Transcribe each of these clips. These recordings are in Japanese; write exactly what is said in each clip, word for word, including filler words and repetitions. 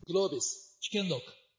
グロービス危険録。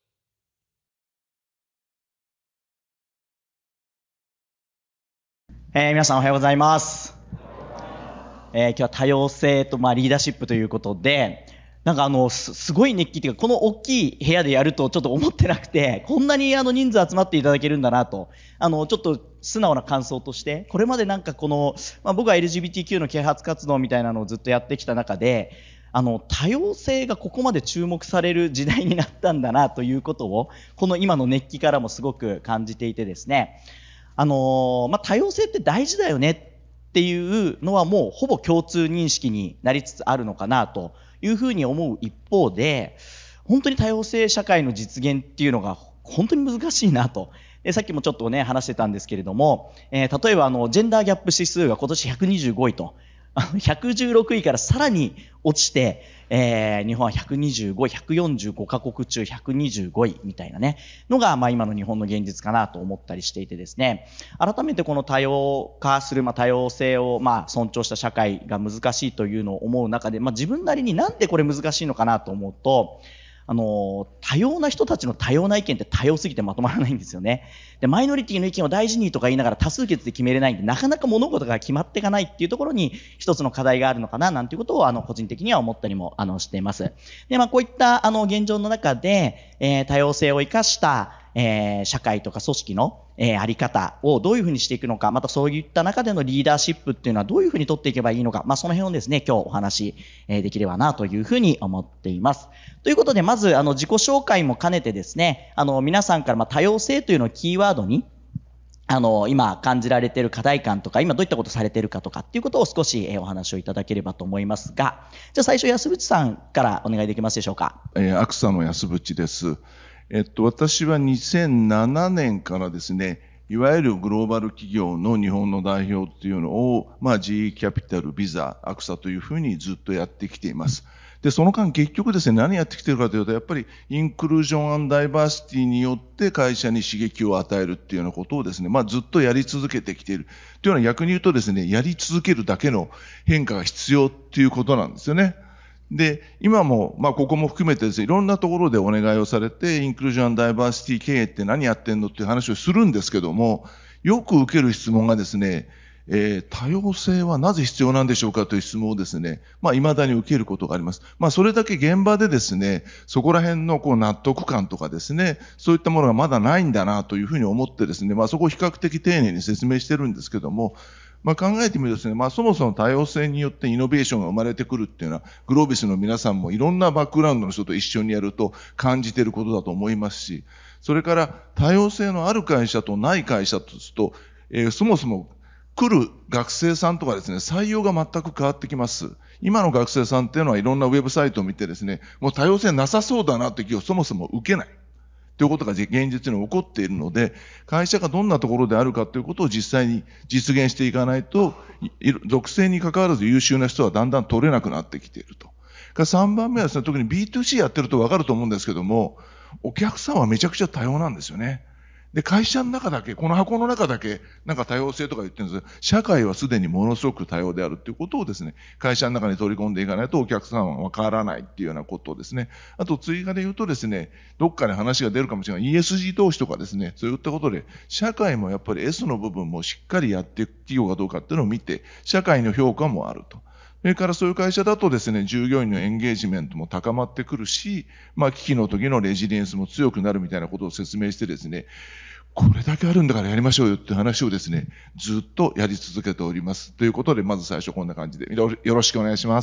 えー、皆さんおはようございます。えー、今日は多様性と、まあ、リーダーシップということで、なんかあの す, すごい熱気というか、この大きい部屋でやるとちょっと思ってなくて、こんなにあの人数集まっていただけるんだなと、あのちょっと素直な感想として、これまでなんかこの、まあ、僕は エルジービーティーキュー の啓発活動みたいなのをずっとやってきた中で、あの多様性がここまで注目される時代になったんだなということを、この今の熱気からもすごく感じていてですね、あのーまあ、多様性って大事だよねっていうのはもうほぼ共通認識になりつつあるのかなというふうに思う一方で、本当に多様性社会の実現っていうのが本当に難しいなと。でさっきもちょっとね話してたんですけれども、えー、例えばあのジェンダーギャップ指数が今年ひゃくにじゅうごいと、ひゃくじゅうろくいからさらに落ちて、えー、日本はひゃくにじゅうご、ひゃくよんじゅうごカ国中ひゃくにじゅうごいみたいなねのが、まあ、今の日本の現実かなと思ったりしていてですね、改めてこの多様化する、まあ、多様性をまあ尊重した社会が難しいというのを思う中で、まあ、自分なりになんでこれ難しいのかなと思うと、あの多様な人たちの多様な意見って多様すぎてまとまらないんですよね。でマイノリティの意見を大事にとか言いながら多数決で決めれないんで、なかなか物事が決まっていかないっていうところに一つの課題があるのかななんていうことをあの個人的には思ったりもあのしています。で、まあ、こういったあの現状の中で、えー、多様性を生かしたえー、社会とか組織の、えー、あり方をどういうふうにしていくのか、またそういった中でのリーダーシップっていうのはどういうふうに取っていけばいいのか、まあ、その辺をですね今日お話、えー、できればなというふうに思っています。ということで、まずあの自己紹介も兼ねてですね、あの皆さんからまあ多様性というのをキーワードにあの今感じられている課題感とか、今どういったことされているかとかっていうことを少し、えー、お話をいただければと思いますが、じゃあ最初安渕さんからお願いできますでしょうか。 えー、アクサの安渕です。えっと、私はにせんななねんからですね、いわゆるグローバル企業の日本の代表っていうのを、まあ、ジーイー キャピタル、ビザ、アクサというふうにずっとやってきています。で、その間結局ですね、何やってきてるかというと、やっぱりインクルージョン&ダイバーシティによって会社に刺激を与えるっていうようなことをですね、まあ、ずっとやり続けてきている。というのは逆に言うとですね、やり続けるだけの変化が必要っていうことなんですよね。で、今も、まあ、ここも含めてですね、いろんなところでお願いをされて、インクルージョン・ダイバーシティ経営って何やってんのっていう話をするんですけども、よく受ける質問がですね、えー、多様性はなぜ必要なんでしょうかという質問をですね、まあ、未だに受けることがあります。まあ、それだけ現場でですね、そこら辺のこう納得感とかですね、そういったものがまだないんだなというふうに思ってですね、まあ、そこを比較的丁寧に説明してるんですけども、まあ、考えてみるとですね、まあ、そもそも多様性によってイノベーションが生まれてくるっていうのは、グロービスの皆さんもいろんなバックグラウンドの人と一緒にやると感じていることだと思いますし、それから多様性のある会社とない会社とすると、えー、そもそも来る学生さんとかですね、採用が全く変わってきます。今の学生さんっていうのはいろんなウェブサイトを見てですね、もう多様性なさそうだなって気をそもそも受けない。ということが現実に起こっているので、会社がどんなところであるかということを実際に実現していかないと、属性に関わらず優秀な人はだんだん取れなくなってきていると。さんばんめはですね、特に ビーツーシー やってると分かると思うんですけども、お客さんはめちゃくちゃ多様なんですよね。で、会社の中だけ、この箱の中だけ、なんか多様性とか言ってるんですけど、社会はすでにものすごく多様であるということをですね、会社の中に取り込んでいかないとお客さんは分からないっていうようなことをですね、あと追加で言うとですね、どっかで話が出るかもしれない イーエスジー 投資とかですね、そういったことで、社会もやっぱり エス の部分もしっかりやっていく企業かどうかっていうのを見て、社会の評価もあると。それからそういう会社だとですね、従業員のエンゲージメントも高まってくるし、まあ危機の時のレジリエンスも強くなるみたいなことを説明してですね、これだけあるんだからやりましょうよっていう話をですね、ずっとやり続けております。ということで、まず最初こんな感じで、よろしくお願いします。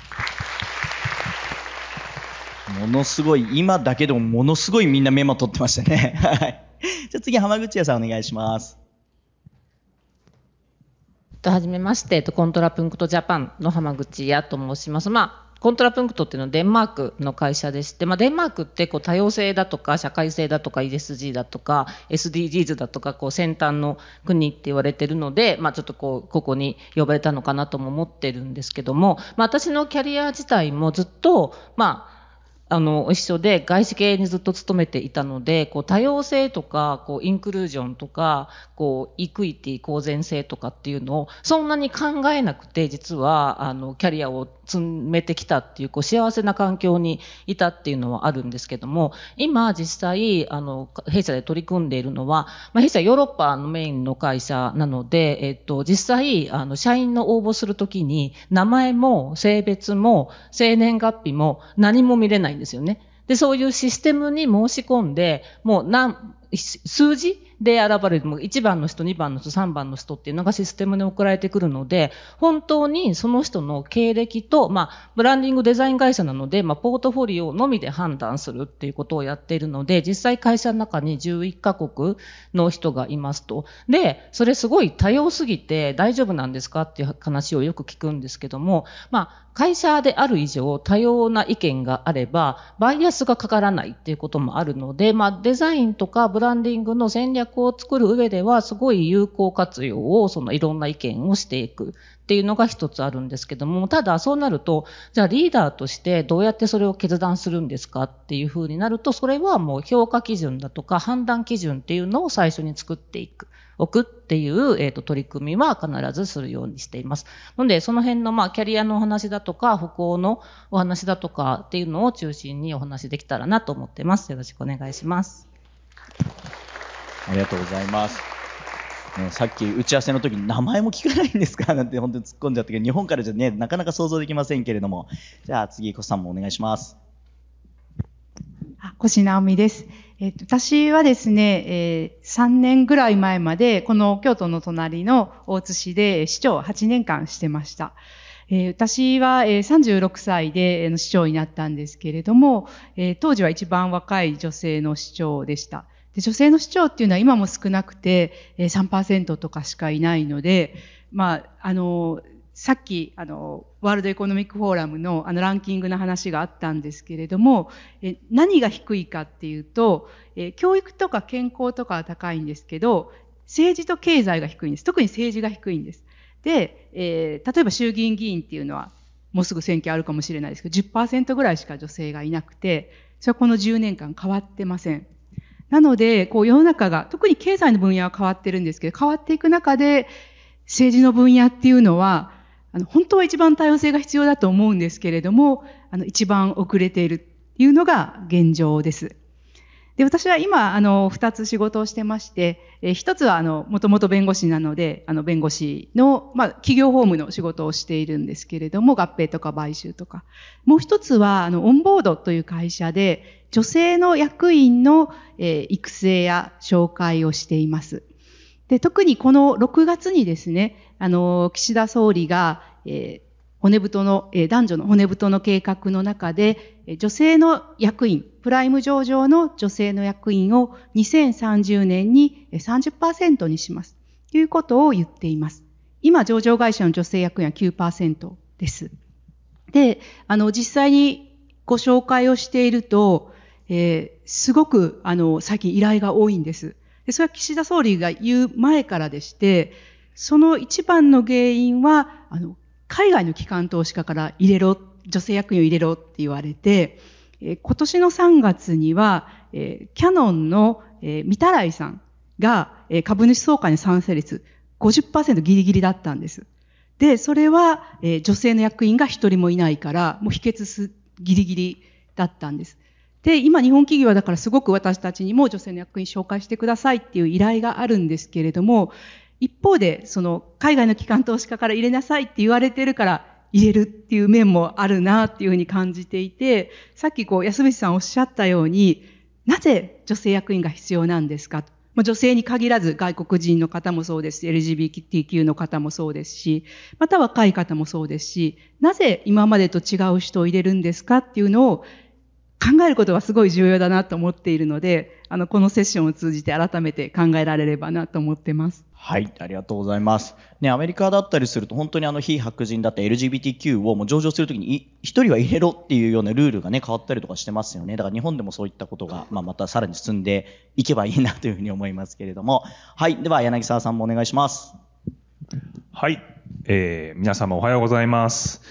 ものすごい、今だけでもものすごいみんなメモ取ってましたね。はい。じゃあ次、浜口屋さんお願いします。 はじめまして、コントラプンクトジャパンの浜口屋と申します。まあコントラプンクトっていうのはデンマークの会社でして、まあ、デンマークってこう多様性だとか社会性だとか イーエスジー だとか エスディージーズ だとかこう先端の国って言われてるので、まあ、ちょっとこうここに呼ばれたのかなとも思ってるんですけども、まあ、私のキャリア自体もずっとまああの、一緒で外資系にずっと勤めていたので、こう多様性とか、こうインクルージョンとか、こうイクイティ、公然性とかっていうのをそんなに考えなくて、実はあのキャリアを積めてきたっていう、こう幸せな環境にいたっていうのはあるんですけども、今実際あの弊社で取り組んでいるのは、まあ、弊社ヨーロッパのメインの会社なので、えっと実際あの社員の応募するときに名前も性別も生年月日も何も見れないんですよね。で、そういうシステムに申し込んで、もう何、数字で選ばれる、もういちばんの人、にばんの人、さんばんの人っていうのがシステムに送られてくるので、本当にその人の経歴と、まあ、ブランディングデザイン会社なので、まあ、ポートフォリオのみで判断するっていうことをやっているので、実際会社の中にじゅういっカ国の人がいますと。で、それすごい多様すぎて大丈夫なんですかっていう話をよく聞くんですけども、まあ、会社である以上多様な意見があれば、バイアスがかからないっていうこともあるので、まあ、デザインとかブランディングの戦略を作る上では、すごい有効活用を、そのいろんな意見をしていくっていうのが一つあるんですけども、ただそうなると、じゃあリーダーとしてどうやってそれを決断するんですかっていうふうになると、それはもう評価基準だとか判断基準っていうのを最初に作っていく。置くっていう、えーと、取り組みは必ずするようにしています。ので、その辺の、まあ、キャリアのお話だとか、歩行のお話だとかっていうのを中心にお話できたらなと思っています。よろしくお願いします。 ありがとうございます。ね、さっき打ち合わせの時に名前も聞かないんですかなんて本当に突っ込んじゃったけど、日本からじゃね、なかなか想像できませんけれども。じゃあ次、コシさんもお願いします。 越直美です。えっと、私はですね、えー、さんねんぐらい前まで、この京都の隣の大津市で市長をはちねんかんしてました。えー、私は、えー、さんじゅうろくさいで、えー、市長になったんですけれども、えー、当時は一番若い女性の市長でした。で、女性の市長っていうのは今も少なくて、えー、さんパーセント とかしかいないので、まあ、あの、さっき、あの、ワールドエコノミックフォーラムのあのランキングの話があったんですけれども、え何が低いかっていうと、え教育とか健康とかは高いんですけど、政治と経済が低いんです。特に政治が低いんです。で、えー、例えば衆議院議員っていうのは、もうすぐ選挙あるかもしれないですけど、じゅっパーセント ぐらいしか女性がいなくて、それはこのじゅうねんかん変わってません。なので、こう世の中が、特に経済の分野は変わってるんですけど、変わっていく中で、政治の分野っていうのは、あの、本当は一番多様性が必要だと思うんですけれども、あの、一番遅れているっていうのが現状です。で、私は今、あの、二つ仕事をしてまして、えー、一つは、あの、もともと弁護士なので、あの、弁護士の、まあ、企業法務の仕事をしているんですけれども、合併とか買収とか。もう一つは、あの、オンボードという会社で、女性の役員の、えー、育成や紹介をしています。で、特にこのろくがつにですね、あの、岸田総理が、えー、骨太の、えー、男女の骨太の計画の中で、えー、女性の役員、プライム上場の女性の役員をにせんさんじゅうねんに さんじゅっパーセント にします。ということを言っています。今、上場会社の女性役員は きゅうパーセント です。で、あの、実際にご紹介をしていると、えー、すごく、あの、最近依頼が多いんです。で、それは岸田総理が言う前からでして、その一番の原因は、あの、海外の機関投資家から入れろ、女性役員を入れろって言われて、えー、今年のさんがつには、えー、キャノンの、えー、御手洗さんが、えー、株主総会の賛成率 ごじゅっパーセント ギリギリだったんです。で、それは、えー、女性の役員が一人もいないから、もう否決す、ギリギリだったんです。で、今日本企業はだからすごく私たちにも女性の役員紹介してくださいっていう依頼があるんですけれども、一方で、その海外の機関投資家から入れなさいって言われてるから入れるっていう面もあるなっていうふうに感じていて、さっきこう安渕さんおっしゃったように、なぜ女性役員が必要なんですかと。まあ、女性に限らず外国人の方もそうですし、エルジービーティーキュー の方もそうですし、また若い方もそうですし、なぜ今までと違う人を入れるんですかっていうのを考えることがすごい重要だなと思っているので、あの、このセッションを通じて改めて考えられればなと思ってます。 はい、ありがとうございます。ね、アメリカだったりすると、本当にあの、非白人だった エルジービーティーキュー をもう上場するときに、一人は入れろっていうようなルールがね、変わったりとかしてますよね。だから日本でもそういったことが、まあ、またさらに進んでいけばいいなというふうに思いますけれども。はい、では柳沢さんもお願いします。 はい、えー、皆様おはようございます。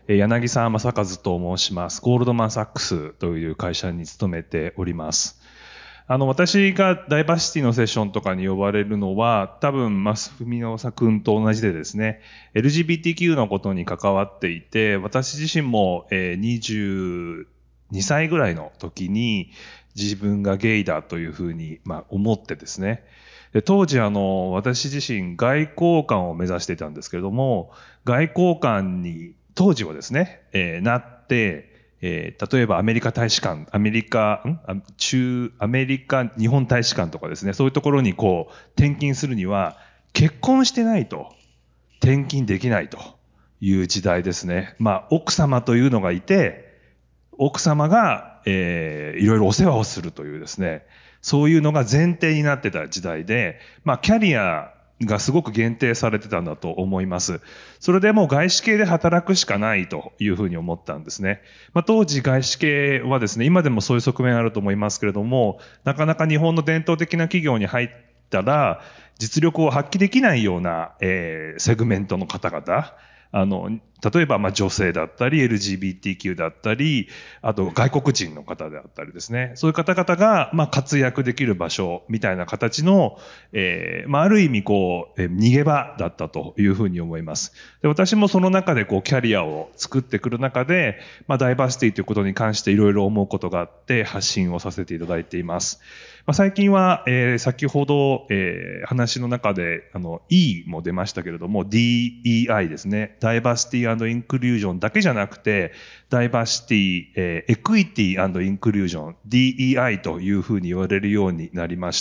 柳沢正和と申します。ゴールドマンサックスという会社に勤めております。あの、私がダイバーシティのセッションとかに呼ばれるのは、多分、増文野君と同じでですね、エルジービーティーキュー のことに関わっていて、私自身もにじゅうにさいぐらいの時に自分がゲイだというふうに、まあ、思ってですね、で当時あの、私自身外交官を目指していたんですけれども、外交官に当時はですね、えー、なって、えー、例えばアメリカ大使館、アメリカ、ん中、アメリカ日本大使館とかですね、そういうところにこう、転勤するには、結婚してないと、転勤できないという時代ですね。まあ、奥様というのがいて、奥様が、えー、いろいろお世話をするというですね、そういうのが前提になってた時代で、まあ、キャリアがすごく限定されてたんだと思います。それでもう外資系で働くしかないというふうに思ったんですね。まあ、当時外資系はですね、今でもそういう側面あると思いますけれども、なかなか日本の伝統的な企業に入ったら、実力を発揮できないような、えー、セグメントの方々、あの、例えば、まあ、女性だったり、エルジービーティーキュー だったり、あと外国人の方であったりですね。そういう方々が、まあ、活躍できる場所みたいな形の、えー、まあ、ある意味、こう、えー、逃げ場だったというふうに思います。で、私もその中で、こう、キャリアを作ってくる中で、まあ、ダイバーシティということに関していろいろ思うことがあって発信をさせていただいています。まあ、最近は、えー、先ほど、えー、話の中で、あの、E も出ましたけれども、ディーイーアイ ですね。ダイバーシティ&インクルージョンだけじゃなくて、ダイバーシティ、えー、エクイティ&インクルージョン、ディーイーアイ というふうに言われるようになりました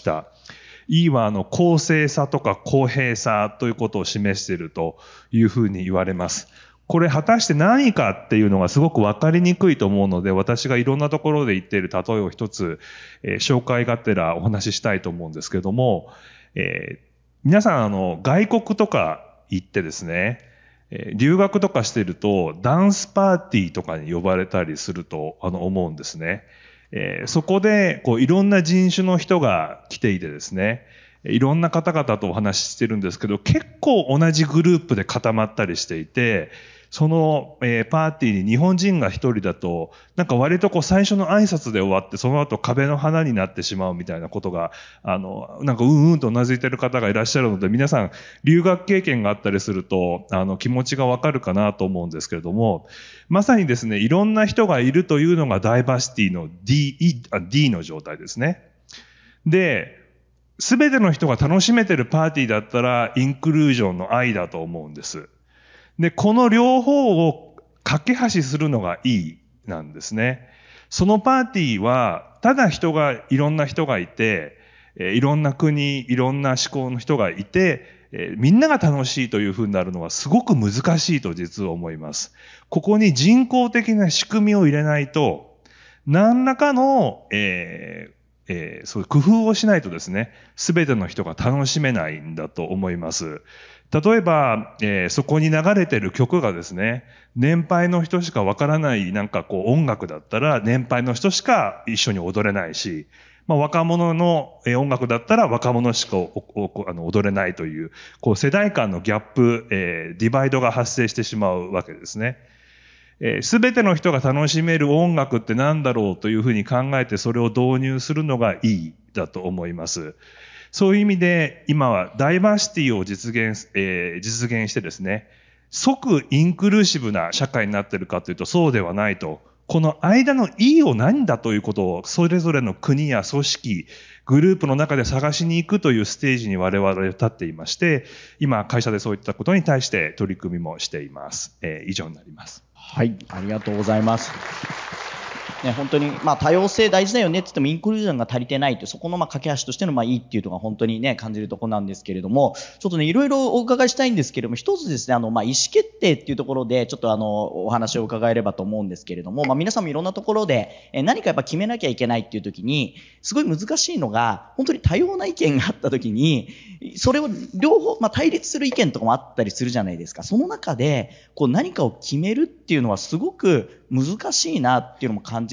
。E は、あの、公正さとか公平さということを示しているというふうに言われます。これ果たして何かっていうのがすごくわかりにくいと思うので、私がいろんなところで言っている例えを一つ、えー、紹介がてらお話ししたいと思うんですけれども、えー、皆さんあの外国とか行ってですね、えー、留学とかしているとダンスパーティーとかに呼ばれたりするとあの思うんですね。えー、そこでこういろんな人種の人が来ていてですね、いろんな方々とお話ししてるんですけど、結構同じグループで固まったりしていて、その、えー、パーティーに日本人が一人だと、なんか割とこう最初の挨拶で終わって、その後壁の花になってしまうみたいなことが、あの、なんかうんうんと頷いてる方がいらっしゃるので、皆さん留学経験があったりすると、あの、気持ちがわかるかなと思うんですけれども、まさにですね、いろんな人がいるというのがダイバーシティの D、D の状態ですね。で、すべての人が楽しめてるパーティーだったら、インクルージョンの愛だと思うんです。で、この両方を架け橋するのがいいなんですね。そのパーティーは、ただ人が、いろんな人がいて、いろんな国、いろんな思考の人がいて、みんなが楽しいというふうになるのはすごく難しいと実は思います。ここに人工的な仕組みを入れないと、何らかの、えーえー、そういう工夫をしないとですね、すべての人が楽しめないんだと思います。例えば、えー、そこに流れてる曲がですね、年配の人しかわからないなんかこう音楽だったら、年配の人しか一緒に踊れないし、まあ、若者の音楽だったら若者しかあの踊れないという、こう世代間のギャップ、えー、ディバイドが発生してしまうわけですね。すべての人が楽しめる音楽って何だろうというふうに考えてそれを導入するのがいいだと思います。そういう意味で今はダイバーシティを実現、えー、実現してですね、即インクルーシブな社会になっているかというとそうではないと。この間のいいを何だということをそれぞれの国や組織、グループの中で探しに行くというステージに我々は立っていまして、今会社でそういったことに対して取り組みもしています。えー、以上になります。 はい、ありがとうございます。ね、本当に、まあ、多様性大事だよねって言ってもインクルージョンが足りてないという、そこのまあ架け橋としてのまあいいっていうのが本当にね、感じるところなんですけれども、ちょっとね、いろいろお伺いしたいんですけれども、一つですね、あの、まあ、意思決定っていうところで、ちょっとあの、お話を伺えればと思うんですけれども、まあ、皆さんもいろんなところで、え何かやっぱ決めなきゃいけないっていう時に、すごい難しいのが、本当に多様な意見があった時に、それを両方、まあ、対立する意見とかもあったりするじゃないですか。その中で、こう何かを決めるっていうのはすごく難しいなっていうのも感じ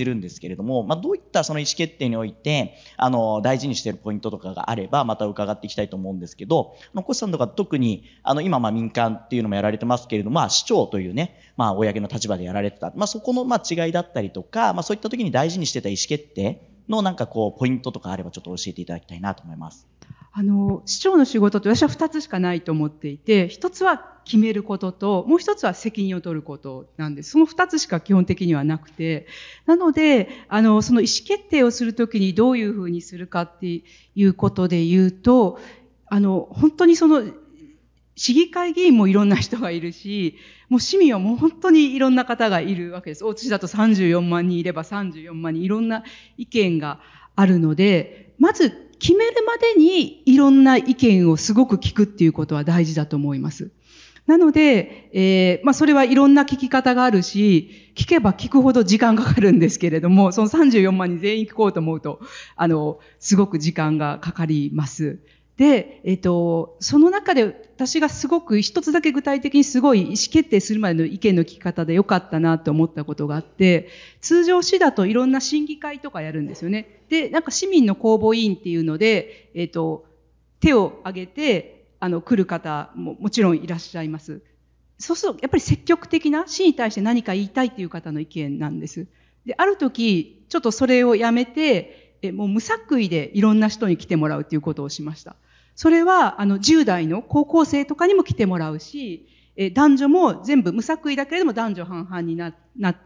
てるんですけれども、まあ、どういったその意思決定において、あの、大事にしているポイントとかがあれば、また伺っていきたいと思うんですけど、コシさんとか特に、あの、今、まあ、民間っていうのもやられてますけれども、まあ、市長というね、まあ、公の立場でやられてた、まあ、そこの、まあ、違いだったりとか、まあ、そういった時に大事にしてた意思決定のなんかこう、ポイントとかあればちょっと教えていただきたいなと思います。 あの、市長の仕事って私は二つしかないと思っていて、一つは決めることと、もう一つは責任を取ることなんです。その二つしか基本的にはなくて。なので、あの、その意思決定をするときにどういうふうにするかっていうことで言うと、あの、本当にその、市議会議員もいろんな人がいるし、もう市民はもう本当にいろんな方がいるわけです。大津市だとさんじゅうよんまんにんいればさんじゅうよんまんにんいろんな意見があるので、まず決めるまでにいろんな意見をすごく聞くっていうことは大事だと思います。なので、えー、まあそれはいろんな聞き方があるし、聞けば聞くほど時間がかかるんですけれども、そのさんじゅうよんまんにん全員聞こうと思うと、あの、すごく時間がかかります。で、えっと、その中で私がすごく一つだけ具体的にすごい意思決定するまでの意見の聞き方で良かったなと思ったことがあって、通常市だといろんな審議会とかやるんですよね。で、なんか市民の公募委員っていうので、えっと、手を挙げて、あの、来る方ももちろんいらっしゃいます。そうすると、やっぱり積極的な市に対して何か言いたいっていう方の意見なんです。で、ある時、ちょっとそれをやめて、えもう無作為でいろんな人に来てもらうっていうことをしました。それは、あの、じゅう代の高校生とかにも来てもらうし、え男女も全部無作為だけれども男女半々に な, なって、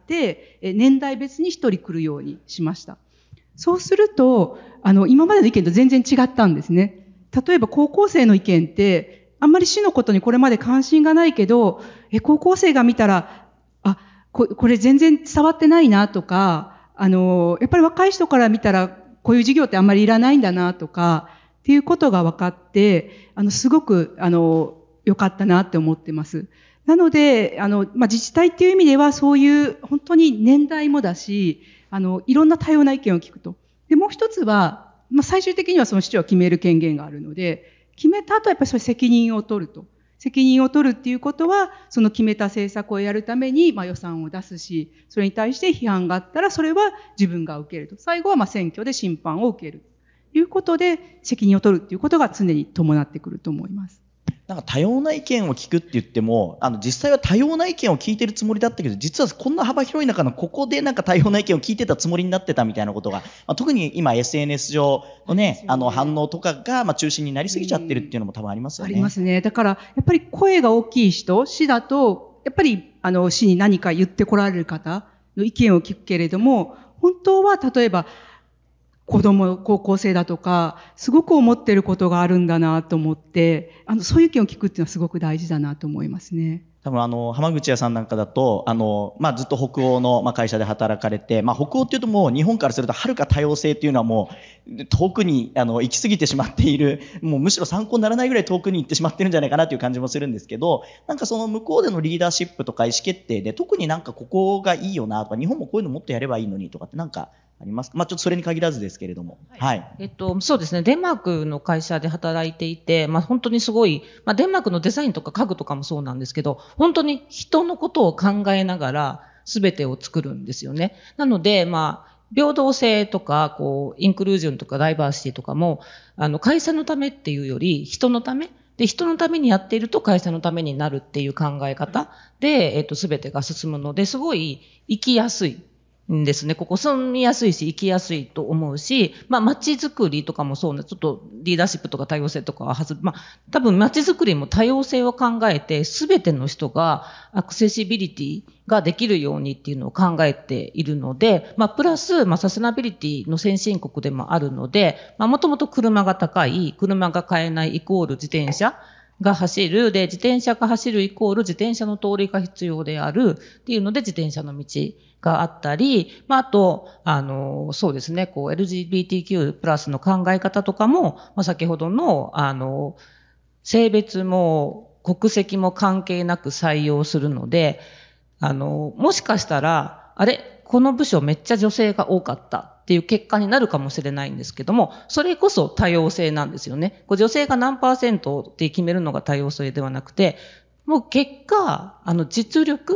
え年代別に一人来るようにしました。そうすると、あの、今までの意見と全然違ったんですね。例えば高校生の意見って、あんまり市のことにこれまで関心がないけど、え高校生が見たら、あ、こ, これ全然伝わってないなとか、あの、やっぱり若い人から見たら、こういう授業ってあんまりいらないんだなとか、っていうことが分かって、あの、すごく、あの、良かったなって思ってます。なので、あの、まあ、自治体っていう意味では、そういう、本当に年代もだし、あの、いろんな多様な意見を聞くと。で、もう一つは、まあ、最終的にはその市長は決める権限があるので、決めた後はやっぱりそれ責任を取ると。責任を取るっていうことは、その決めた政策をやるために、まあ、予算を出すし、それに対して批判があったら、それは自分が受けると。最後はまあ選挙で審判を受ける。ということで、責任を取るっていうことが常に伴ってくると思います。 なんか多様な意見を聞くって言っても、あの実際は多様な意見を聞いてるつもりだったけど、実はこんな幅広い中のここでなんか多様な意見を聞いてたつもりになってたみたいなことが、まあ、特に今 エスエヌエス 上のね、ねあの反応とかがまあ中心になりすぎちゃってるっていうのも多分ありますよね。 ありますね。だからやっぱり声が大きい人、市だとやっぱりあの市に何か言ってこられる方の意見を聞くけれども、本当は例えば子供、高校生だとか、すごく思ってることがあるんだなと思って、あの、そういう意見を聞くっていうのはすごく大事だなと思いますね。 多分あの、浜口屋さんなんかだと、あの、まあ、ずっと北欧の、まあ、会社で働かれて、まあ、北欧っていうともう日本からするとはるか多様性っていうのはもう遠くに、あの、行き過ぎてしまっている、もうむしろ参考にならないぐらい遠くに行ってしまってるんじゃないかなという感じもするんですけど、なんかその向こうでのリーダーシップとか意思決定で特になんかここがいいよなとか、日本もこういうのもっとやればいいのにとかってなんか、ありますか？まあ、ちょっとそれに限らずですけれども。はい。はい、 えっと、そうですね。デンマークの会社で働いていて、まあ、本当にすごい、まあ、デンマークのデザインとか家具とかもそうなんですけど、本当に人のことを考えながら全てを作るんですよね。なので、まあ、平等性とか、こう、インクルージョンとかダイバーシティとかも、あの、会社のためっていうより、人のためで、人のためにやっていると会社のためになるっていう考え方で、えっと、全てが進むので、すごい生きやすい。んですね。ここ住みやすいし、生きやすいと思うし、まあ街づくりとかもそうね、ちょっとリーダーシップとか多様性とかははず、まあ多分街づくりも多様性を考えて、すべての人がアクセシビリティができるようにっていうのを考えているので、まあプラス、まあサステナビリティの先進国でもあるので、まあもともと車が高い、車が買えないイコール自転車、が走る。で、自転車が走るイコール自転車の通りが必要であるっていうので自転車の道があったり、まあ、あと、あの、そうですね、こう、エルジービーティーキュー プラスの考え方とかも、まあ、先ほどの、あの、性別も国籍も関係なく採用するので、あの、もしかしたら、あれ、この部署めっちゃ女性が多かったっていう結果になるかもしれないんですけども、それこそ多様性なんですよね。こう女性が何パーセントって決めるのが多様性ではなくて、もう結果、あの実力っ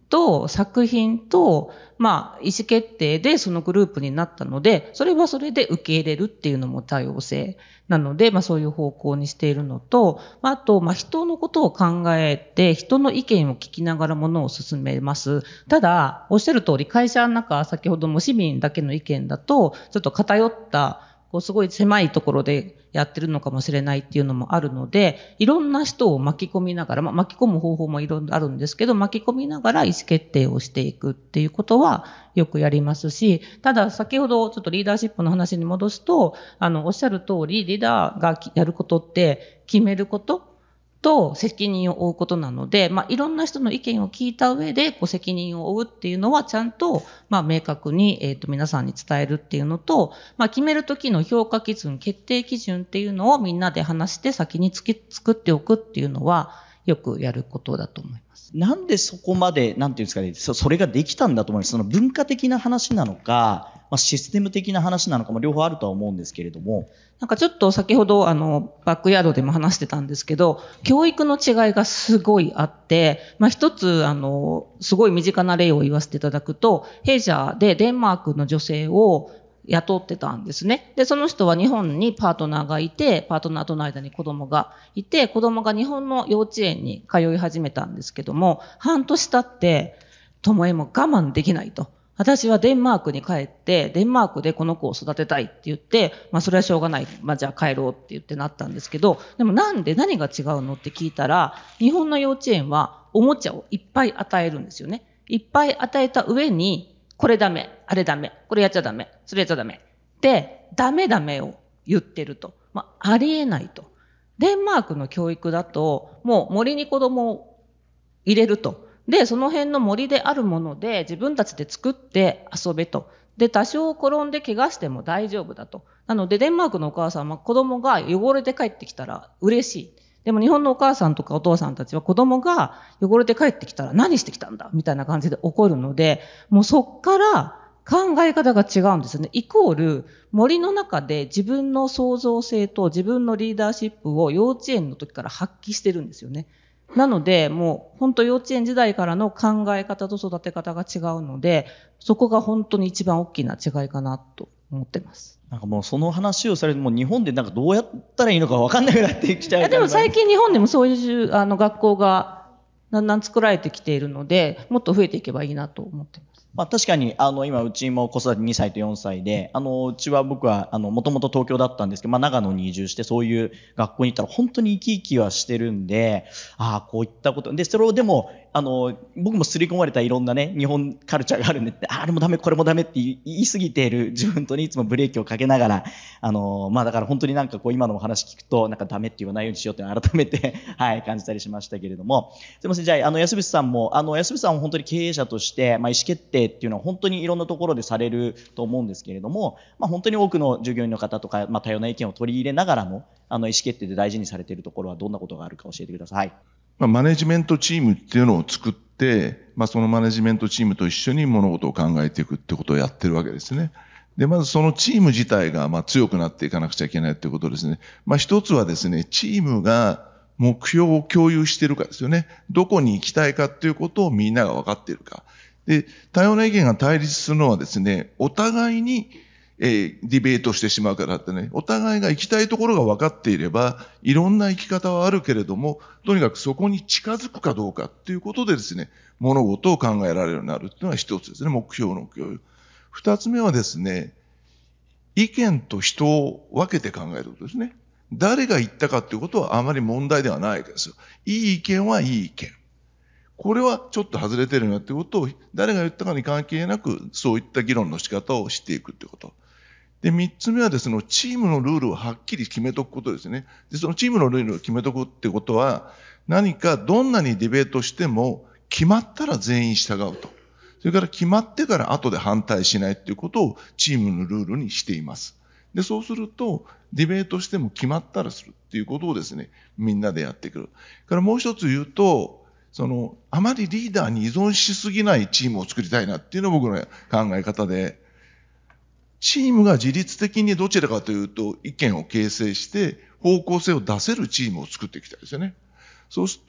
と作品と、まあ、意思決定でそのグループになったので、それはそれで受け入れるっていうのも多様性なので、まあそういう方向にしているのと、あと、まあ人のことを考えて、人の意見を聞きながらものを進めます。ただ、おっしゃる通り、会社の中、先ほども市民だけの意見だと、ちょっと偏った、こうすごい狭いところでやってるのかもしれないっていうのもあるので、いろんな人を巻き込みながら、まあ、巻き込む方法もいろいろあるんですけど、巻き込みながら意思決定をしていくっていうことはよくやりますし、ただ先ほどちょっとリーダーシップの話に戻すと、あの、おっしゃる通り、リーダーがやることって決めることと責任を負うことなので、まあ、いろんな人の意見を聞いた上で、こう責任を負うっていうのはちゃんと、まあ、明確に、えっと、皆さんに伝えるっていうのと、まあ、決めるときの評価基準、決定基準っていうのをみんなで話して先につき作っておくっていうのは、よくやることだと思います。 なんでそこまで、なんていうんですかね、そ、それができたんだと思います。その文化的な話なのか、まあ、システム的な話なのかも両方あるとは思うんですけれども。 なんかちょっと先ほどあの、バックヤードでも話してたんですけど、教育の違いがすごいあって、まあ一つあの、すごい身近な例を言わせていただくと、弊社でデンマークの女性を雇ってたんですね。で、その人は日本にパートナーがいて、パートナーとの間に子供がいて、子供が日本の幼稚園に通い始めたんですけども、半年経って、ともえも我慢できないと。私はデンマークに帰って、デンマークでこの子を育てたいって言って、まあそれはしょうがない。まあじゃあ帰ろうって言ってなったんですけど、でもなんで何が違うのって聞いたら、日本の幼稚園はおもちゃをいっぱい与えるんですよね。いっぱい与えた上に、これダメ、あれダメ、これやっちゃダメ、それやっちゃダメ。で、ダメダメを言ってると。まあありえないと。デンマークの教育だと、もう森に子供を入れると。で、その辺の森であるもので自分たちで作って遊べと。で、多少転んで怪我しても大丈夫だと。なので、デンマークのお母さんは子供が汚れて帰ってきたら嬉しい。でも日本のお母さんとかお父さんたちは子供が汚れて帰ってきたら何してきたんだみたいな感じで怒るので、もうそっから考え方が違うんですよね。イコール、森の中で自分の創造性と自分のリーダーシップを幼稚園の時から発揮してるんですよね。なので、もう本当幼稚園時代からの考え方と育て方が違うので、そこが本当に一番大きな違いかなと思ってます。 なんかもうその話をされても日本でなんかどうやったらいいのか分かんなくなってきちゃう。 でも最近日本でもそういうあの学校がだんだん作られてきているので、もっと増えていけばいいなと思ってます。 まあ確かに、あの、今、うちも子育てにさいとよんさいで、あの、うちは僕は、あの、もともと東京だったんですけど、まあ長野に移住して、そういう学校に行ったら本当に生き生きはしてるんで、ああ、こういったこと。で、それをでも、あの、僕も刷り込まれたいろんなね、日本カルチャーがあるんで、あれもダメ、これもダメって言い過ぎている自分とにいつもブレーキをかけながら、あの、まあだから本当になんかこう今のお話聞くと、なんかダメって言わないようにしようって改めて、はい、感じたりしましたけれども。すいません、じゃあ、あの、安渕さんも、あの、安渕さんは本当に経営者として、まあ意思決定っていうのは本当にいろんなところでされると思うんですけれども、まあ本当に多くの従業員の方とか、まあ多様な意見を取り入れながらも、あの、意思決定で大事にされているところはどんなことがあるか教えてください。 まあ、マネジメントチームっていうのを作って、まあ、そのマネジメントチームと一緒に物事を考えていくってことをやってるわけですね。で、まずそのチーム自体がまあ強くなっていかなくちゃいけないってことですね。まあ、一つはですね、チームが目標を共有しているかですよね。どこに行きたいかっていうことをみんなが分かっているか。で、多様な意見が対立するのはですね、お互いにえー、ディベートしてしまうからってね、お互いが行きたいところが分かっていれば、いろんな生き方はあるけれども、とにかくそこに近づくかどうかっていうことでですね、物事を考えられるようになるっていうのが一つですね、目標の共有。二つ目はですね、意見と人を分けて考えることですね。誰が言ったかっていうことはあまり問題ではないわけですよ。いい意見はいい意見。これはちょっと外れてるなってことを、誰が言ったかに関係なく、そういった議論の仕方をしていくってこと。で、三つ目はですね、チームのルールをはっきり決めとくことですね。で、そのチームのルールを決めとくってことは、何かどんなにディベートしても、決まったら全員従うと。それから決まってから後で反対しないっていうことをチームのルールにしています。で、そうすると、ディベートしても決まったらするっていうことをですね、みんなでやってくる。からもう一つ言うと、その、あまりリーダーに依存しすぎないチームを作りたいなっていうのが僕の考え方で、チームが自律的にどちらかというと意見を形成して方向性を出せるチームを作っていきたいですよね。そうすると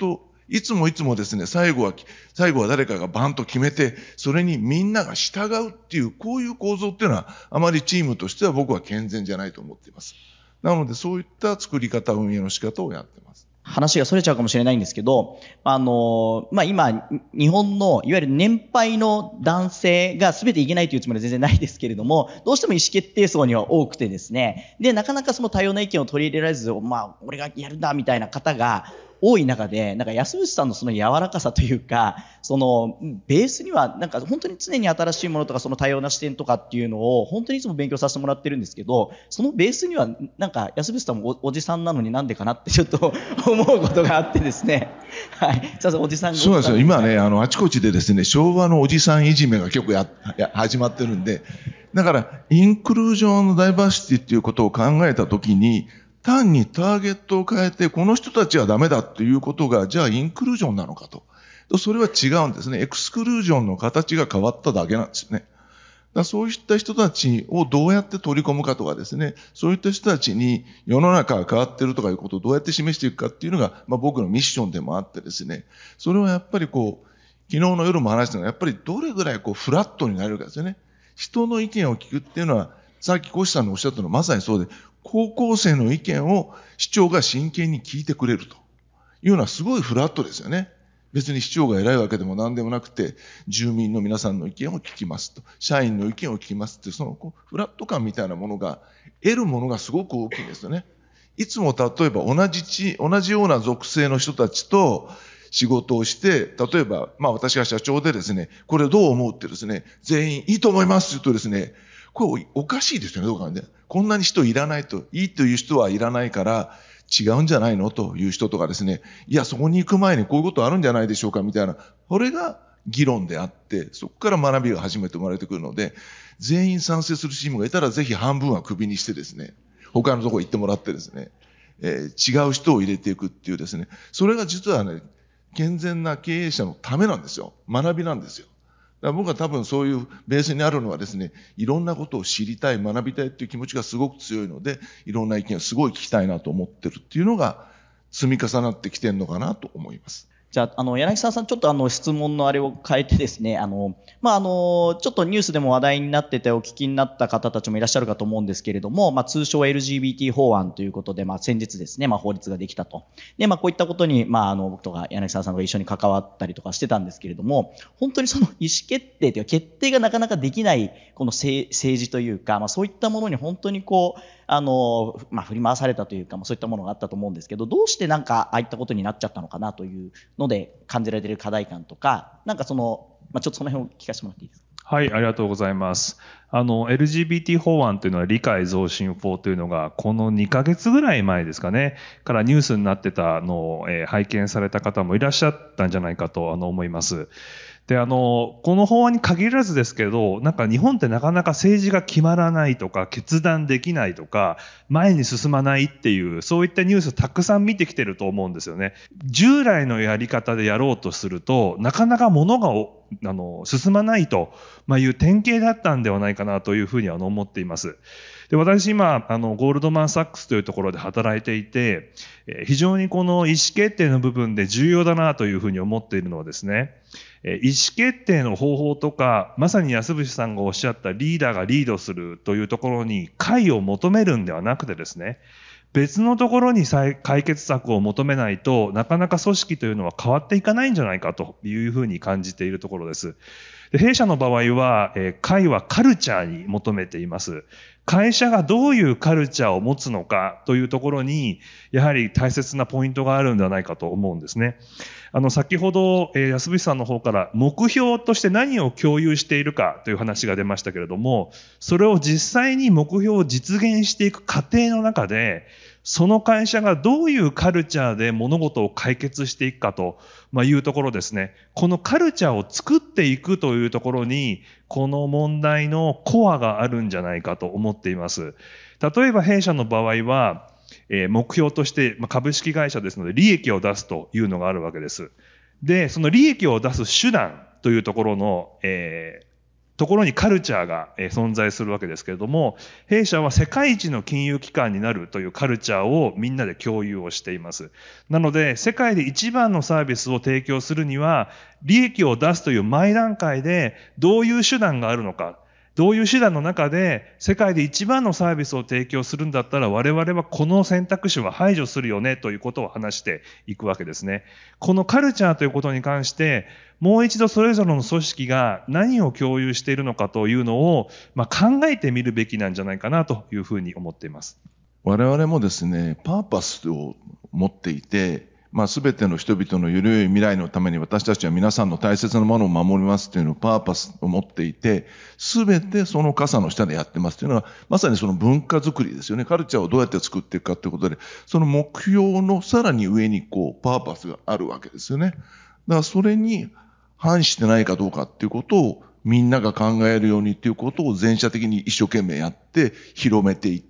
いつもいつもですね、最後は、最後は誰かがバンと決めて、それにみんなが従うっていう、こういう構造っていうのは、あまりチームとしては僕は健全じゃないと思っています。なので、そういった作り方、運営の仕方をやってます。 話がそれちゃうかもしれないんですけど、あの、まあ、今、日本の、いわゆる年配の男性が全ていけないというつもりは全然ないですけれども、どうしても意思決定層には多くてですね、で、なかなかその多様な意見を取り入れられず、まあ、俺がやるんだ、みたいな方が、多い中で、なんか安渕さんのその柔らかさというか、そのベースにはなんか本当に常に新しいものとかその多様な視点とかっていうのを本当にいつも勉強させてもらってるんですけど、そのベースにはなんか安渕さんも お, おじさんなのになんでかなってちょっと思うことがあってですね。はい。さあおじさん。 そうなんですよ。今ね、あのあちこちでですね、昭和のおじさんいじめが結構やや始まってるんで、だからインクルージョンのダイバーシティっていうことを考えたときに。単にターゲットを変えて、この人たちはダメだということが、じゃあインクルージョンなのかと。それは違うんですね。エクスクルージョンの形が変わっただけなんですよね。だからそういった人たちをどうやって取り込むかとかですね、そういった人たちに世の中が変わってるとかいうことをどうやって示していくかっていうのが、まあ、僕のミッションでもあってですね、それはやっぱりこう、昨日の夜も話したのは、やっぱりどれぐらいこうフラットになれるかですよね。人の意見を聞くっていうのは、さっきコシさんのおっしゃったのはまさにそうで、高校生の意見を市長が真剣に聞いてくれるというのはすごいフラットですよね。別に市長が偉いわけでも何でもなくて、住民の皆さんの意見を聞きますと、社員の意見を聞きますって、そのフラット感みたいなものが、得るものがすごく大きいんですよね。いつも例えば同じ地、同じような属性の人たちと仕事をして、例えば、まあ私が社長でですね、これどう思うってですね、全員いいと思いますって言うとですね、これおかしいですよね、どうかね。こんなに人いらないと、いいという人はいらないから違うんじゃないのという人とかですね、いや、そこに行く前にこういうことあるんじゃないでしょうかみたいな、これが議論であって、そこから学びが初めて生まれてくるので、全員賛成するチームがいたらぜひ半分はクビにしてですね、他のところ行ってもらってですね、えー、違う人を入れていくっていうですね、それが実はね、健全な経営者のためなんですよ。学びなんですよ。だから僕は多分そういうベースにあるのはですね、いろんなことを知りたい、学びたいっていう気持ちがすごく強いので、いろんな意見をすごい聞きたいなと思ってるっていうのが積み重なってきてるのかなと思います。 じゃあ、あの、柳沢さん、ちょっとあの、質問のあれを変えてですね、あの、まあ、あの、ちょっとニュースでも話題になっててお聞きになった方たちもいらっしゃるかと思うんですけれども、まあ、通称 エルジービーティー 法案ということで、まあ、先日ですね、まあ、法律ができたと。で、まあ、こういったことに、まあ、あの、僕とか柳沢さんが一緒に関わったりとかしてたんですけれども、本当にその意思決定というか、決定がなかなかできない、この政治というか、まあ、そういったものに本当にこう、あの、まあ、振り回されたというか、まあ、そういったものがあったと思うんですけど、どうしてなんか、ああいったことになっちゃったのかなというので、感じられている課題感とか、なんかその、まあ、ちょっとその辺を聞かせてもらっていいですか。 はい、ありがとうございます。あの、エルジービーティー 法案というのは理解増進法というのが、このにかげつぐらい前ですかね、からニュースになってたのを、えー、拝見された方もいらっしゃったんじゃないかとあの思います。で、あの、この法案に限らずですけど、なんか日本ってなかなか政治が決まらないとか、決断できないとか、前に進まないっていう、そういったニュースたくさん見てきてると思うんですよね。従来のやり方でやろうとすると、なかなか物があの進まないという典型だったんではないかなというふうには思っています。で、私今、あの、ゴールドマンサックスというところで働いていて、非常にこの意思決定の部分で重要だなというふうに思っているのはですね、意思決定の方法とか、まさに安渕さんがおっしゃったリーダーがリードするというところに解を求めるんではなくてですね、別のところに解決策を求めないとなかなか組織というのは変わっていかないんじゃないかというふうに感じているところです。で、弊社の場合は、えー、解はカルチャーに求めています。会社がどういうカルチャーを持つのかというところにやはり大切なポイントがあるんではないかと思うんですね。あの先ほど、えー、安渕さんの方から目標として何を共有しているかという話が出ましたけれども、それを実際に目標を実現していく過程の中で、その会社がどういうカルチャーで物事を解決していくかというところですね。このカルチャーを作っていくというところに、この問題のコアがあるんじゃないかと思っています。例えば弊社の場合は、えー、目標として株式会社ですので利益を出すというのがあるわけです。で、その利益を出す手段というところの、えーところにカルチャーが存在するわけですけれども、弊社は世界一の金融機関になるというカルチャーをみんなで共有をしています。なので、世界で一番のサービスを提供するには、利益を出すという前段階でどういう手段があるのか、どういう手段の中で世界で一番のサービスを提供するんだったら我々はこの選択肢は排除するよねということを話していくわけですね。このカルチャーということに関してもう一度それぞれの組織が何を共有しているのかというのを、まあ、考えてみるべきなんじゃないかなというふうに思っています。 我々もですね、パーパスを持っていて、まあ、全ての人々のより良い未来のために私たちは皆さんの大切なものを守りますというのをパーパスを持っていて、全てその傘の下でやってますというのは、まさにその文化づくりですよね。カルチャーをどうやって作っていくかということで、その目標のさらに上にこう、パーパスがあるわけですよね。だからそれに反してないかどうかっていうことをみんなが考えるようにっていうことを全社的に一生懸命やって広めていって、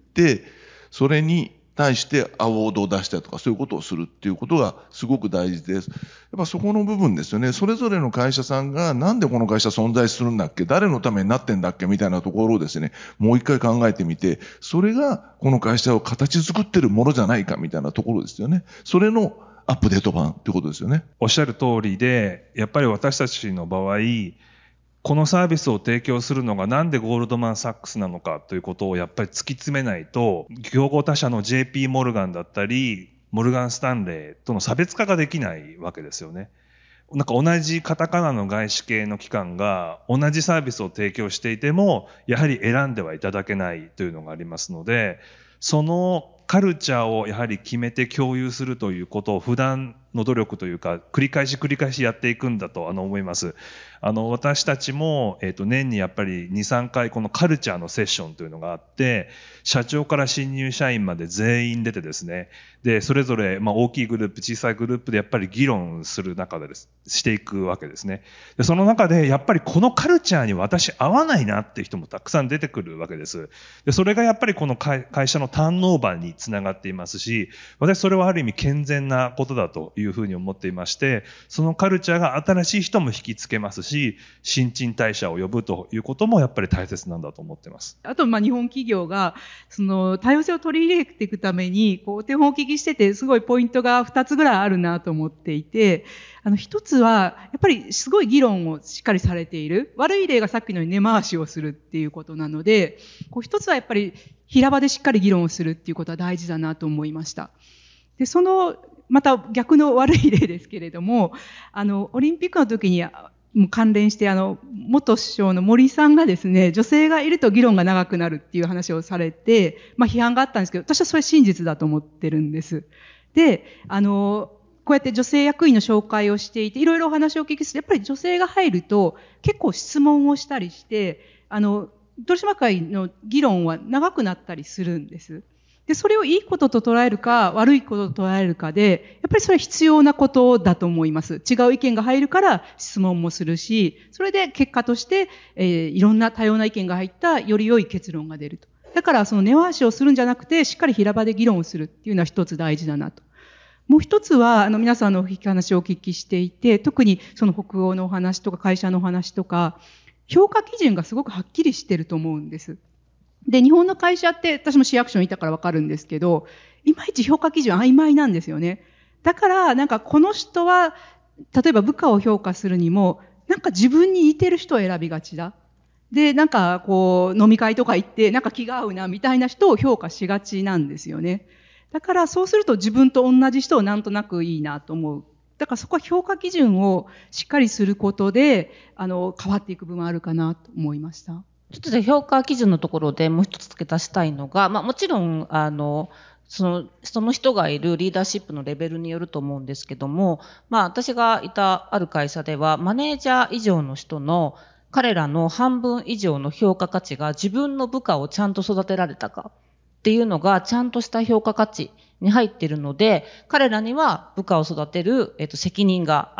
それに対してアワードを出したりとかそういうことをするっていうことがすごく大事です。やっぱそこの部分ですよね。それぞれの会社さんがなんでこの会社存在するんだっけ、誰のためになってんだっけみたいなところをですね、もう一回考えてみて、それがこの会社を形作ってるものじゃないかみたいなところですよね。それのアップデート版ってことですよね。 おっしゃる通りで、やっぱり私たちの場合、このサービスを提供するのがなんでゴールドマンサックスなのかということをやっぱり突き詰めないと、競合他社の ジェーピー モルガンだったり、モルガンスタンレーとの差別化ができないわけですよね。なんか同じカタカナの外資系の機関が同じサービスを提供していても、やはり選んではいただけないというのがありますので、そのカルチャーをやはり決めて共有するということを普段の努力というか繰り返し繰り返しやっていくんだとあの思います。あの私たちも、えーと、年にやっぱり にさんかいこのカルチャーのセッションというのがあって、社長から新入社員まで全員出てですね、でそれぞれ、まあ、大きいグループ小さいグループでやっぱり議論する中でですしていくわけですね。でその中でやっぱりこのカルチャーに私合わないなっていう人もたくさん出てくるわけです。でそれがやっぱりこの会社のターンオーバーにつながっていますし、私それはある意味健全なことだというふうに思っていまして、そのカルチャーが新しい人も引きつけますし、新陳代謝を呼ぶということもやっぱり大切なんだと思っています。 あと、まあ、日本企業が、その、多様性を取り入れていくために、こう、お手本をお聞きしてて、すごいポイントがふたつぐらいあるなと思っていて、あの、ひとつは、やっぱりすごい議論をしっかりされている。悪い例がさっきのように根回しをするっていうことなので、こう、ひとつはやっぱり平場でしっかり議論をするっていうことは大事だなと思いました。で、その、また逆の悪い例ですけれども、あの、オリンピックの時に、関連して、あの、元首相の森さんがですね、女性がいると議論が長くなるっていう話をされて、まあ批判があったんですけど、私はそれ真実だと思ってるんです。で、あの、こうやって女性役員の紹介をしていて、いろいろお話をお聞きすると、やっぱり女性が入ると結構質問をしたりして、あの、取締会の議論は長くなったりするんです。で、それをいいことと捉えるか、悪いことと捉えるかで、やっぱりそれは必要なことだと思います。違う意見が入るから質問もするし、それで結果として、えー、いろんな多様な意見が入ったより良い結論が出ると。だからその根回しをするんじゃなくて、しっかり平場で議論をするっていうのは一つ大事だなと。もう一つは、あの皆さんのお話をお聞きしていて、特にその北欧のお話とか会社のお話とか、評価基準がすごくはっきりしてると思うんです。で、日本の会社って、私も市役所にいたからわかるんですけど、いまいち評価基準曖昧なんですよね。だから、なんかこの人は、例えば部下を評価するにも、なんか自分に似てる人を選びがちだ。で、なんかこう、飲み会とか行って、なんか気が合うな、みたいな人を評価しがちなんですよね。だからそうすると自分と同じ人をなんとなくいいなと思う。だからそこは評価基準をしっかりすることで、あの、変わっていく部分あるかなと思いました。 ちょっとで評価基準のところでもう一つ付け足したいのが、まあもちろん、あの、その、その人がいるリーダーシップのレベルによると思うんですけども、まあ私がいたある会社では、マネージャー以上の人の彼らの半分以上の評価価値が自分の部下をちゃんと育てられたかっていうのがちゃんとした評価価値に入っているので、彼らには部下を育てる、えっと、責任がある。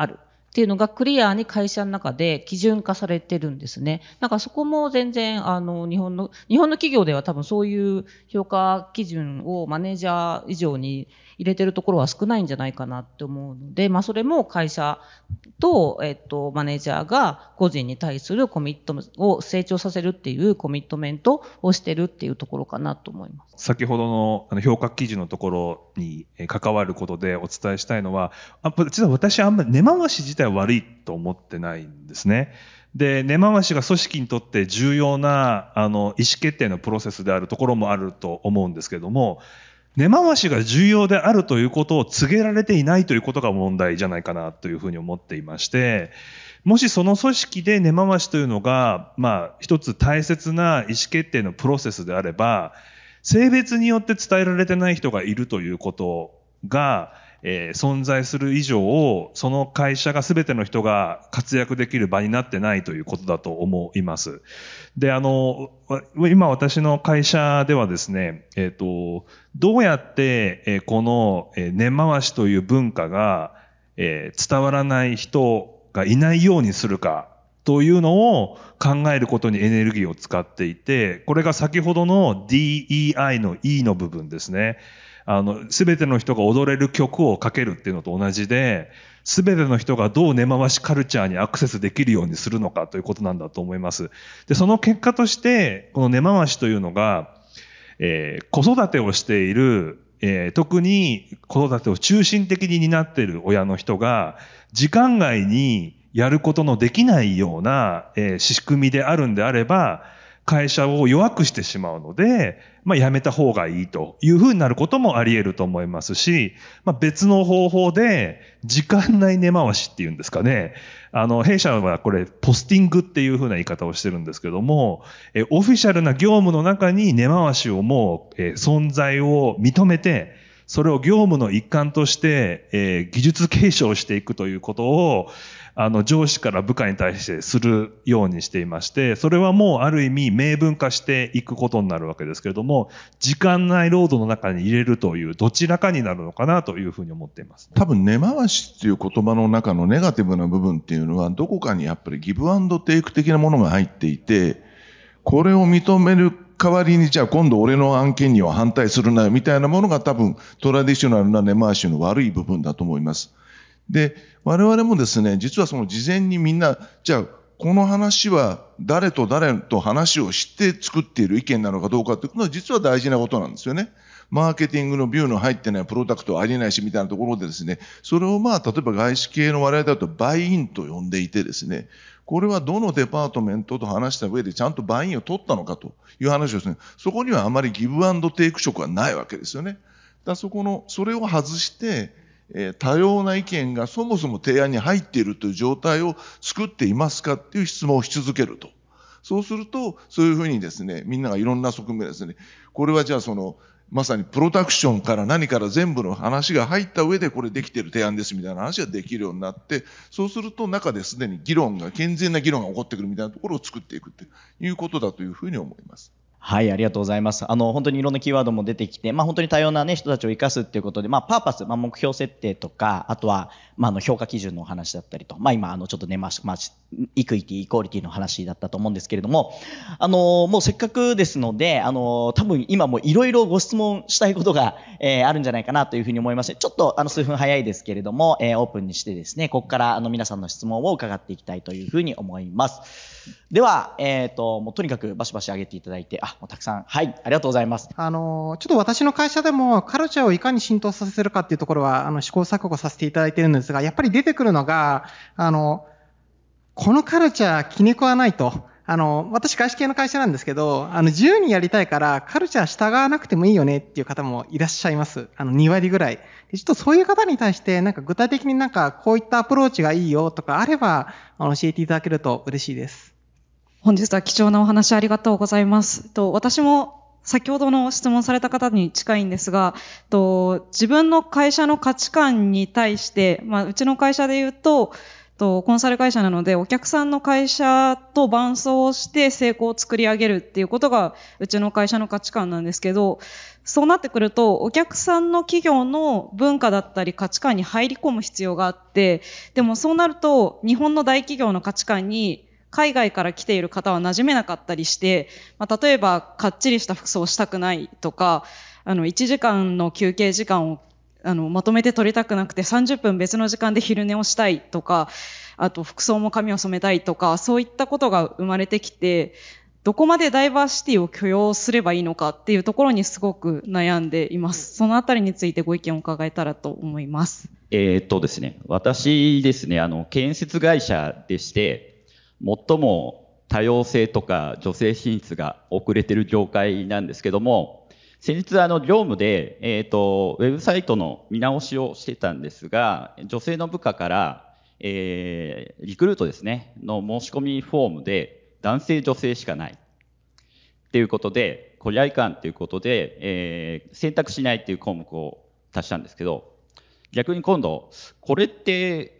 っていうのがクリアに会社の中で基準化されてるんですね。だからそこも全然、あの、日本の、日本の企業では多分そういう評価基準をマネージャー以上に入れてるところは少ないんじゃないかなって思うので、まあそれも会社と、えっと、マネージャーが個人に対するコミットを成長させるっていうコミットメントをしてるっていうところかなと思います。 先ほどのあの評価基準のところに関わることでお伝えしたいのは、あ実は私はあんまり根回し自体は悪いと思ってないんですね。で、根回しが組織にとって重要なあの意思決定のプロセスであるところもあると思うんですけれども、根回しが重要であるということを告げられていないということが問題じゃないかなというふうに思っていまして、もしその組織で根回しというのが、まあ一つ大切な意思決定のプロセスであれば、性別によって伝えられてない人がいるということが、えー、存在する以上、その会社が全ての人が活躍できる場になってないということだと思います。で、あの、今私の会社ではですね、えっと、どうやって、えー、この、えー、根回しという文化が、えー、伝わらない人がいないようにするか、というのを考えることにエネルギーを使っていて、これが先ほどの ディーイーアイ の E の部分ですね。あの、すべての人が踊れる曲をかけるっていうのと同じで、すべての人がどう根回しカルチャーにアクセスできるようにするのかということなんだと思います。で、その結果として、この根回しというのが、えー、子育てをしている、えー、特に子育てを中心的に担っている親の人が、時間外にやることのできないような、えー、仕組みであるんであれば、会社を弱くしてしまうので、まあ、やめた方がいいというふうになることもあり得ると思いますし、まあ、別の方法で、時間内根回しっていうんですかね。あの、弊社はこれ、ポスティングっていうふうな言い方をしてるんですけども、えオフィシャルな業務の中に根回しをもう、え存在を認めて、それを業務の一環として、えー、技術継承していくということを、あの、上司から部下に対してするようにしていまして、それはもうある意味明文化していくことになるわけですけれども、時間内労働の中に入れるというどちらかになるのかなというふうに思っています。 多分根回しっていう言葉の中のネガティブな部分っていうのは、どこかにやっぱりギブアンドテイク的なものが入っていて、これを認める代わりに、じゃあ今度俺の案件には反対するなよみたいなものが多分トラディショナルな根回しの悪い部分だと思います。で、我々もですね、実はその事前にみんな、じゃあこの話は誰と誰と話をして作っている意見なのかどうかっていうのは実は大事なことなんですよね。マーケティングのビューの入ってないプロダクトはありえないしみたいなところでですね、それをまあ例えば外資系の我々だとバイインと呼んでいてですね、これはどのデパートメントと話した上でちゃんとバインを取ったのかという話をですね、そこにはあまりギブアンドテイク色はないわけですよね。だからそこの、それを外して、えー、多様な意見がそもそも提案に入っているという状態を作っていますかっていう質問をし続けると。そうすると、そういうふうにですね、みんながいろんな側面ですね、これはじゃあその、まさにプロダクションから何から全部の話が入った上でこれできている提案ですみたいな話ができるようになって、そうすると中ですでに議論が、健全な議論が起こってくるみたいなところを作っていくということだというふうに思います。 はい、ありがとうございます。あの、本当にいろんなキーワードも出てきて、まあ本当に多様なね、人たちを生かすっていうことで、まあパーパス、まあ目標設定とか、あとは、まああの評価基準の話だったりと、まあ今あのちょっとね、まあ、まあ、イクイティ、イコーリティの話だったと思うんですけれども、あの、もうせっかくですので、あの、多分今もいろいろご質問したいことが、えー、あるんじゃないかなというふうに思いまして、ちょっとあの数分早いですけれども、えー、オープンにしてですね、ここからあの皆さんの質問を伺っていきたいというふうに思います。では、えっと、もうとにかくバシバシ上げていただいて、あ、もうたくさん、はい、ありがとうございます。 あの、ちょっと私の会社でもカルチャーをいかに浸透させるかっていうところは、あの、試行錯誤させていただいているんですが、やっぱり出てくるのが、あの、このカルチャー気に食わないと。あの、私外資系の会社なんですけど、あの、自由にやりたいからカルチャー従わなくてもいいよねっていう方もいらっしゃいます。あの、に割ぐらい。でちょっとそういう方に対して、なんか具体的になんかこういったアプローチがいいよとかあれば、あの、教えていただけると嬉しいです。 本日は貴重なお話ありがとうございます。と私も先ほどの質問された方に近いんですが、と自分の会社の価値観に対して、まあ、うちの会社で言うと、 と、コンサル会社なので、お客さんの会社と伴走して成功を作り上げるっていうことが、うちの会社の価値観なんですけど、そうなってくると、お客さんの企業の文化だったり価値観に入り込む必要があって、でもそうなると、日本の大企業の価値観に、海外から来ている方は馴染めなかったりして、まあ、例えば、かっちりした服装をしたくないとか、あの、いちじかんの休憩時間をあの、まとめて取りたくなくてさんじゅっぷん別の時間で昼寝をしたいとか、あと服装も髪を染めたいとか、そういったことが生まれてきて、どこまでダイバーシティを許容すればいいのかっていうところにすごく悩んでいます。そのあたりについてご意見を伺えたらと思います。 えーっとですね、私ですね、あの、建設会社でして、最も多様性とか女性進出が遅れている業界なんですけども、先日、あの、業務で、えっと、ウェブサイトの見直しをしてたんですが、女性の部下から、えー、リクルートですね、の申し込みフォームで、男性女性しかない。っていうことで、こりゃいかんということで、えー、選択しないっていう項目を足したんですけど、逆に今度、これって、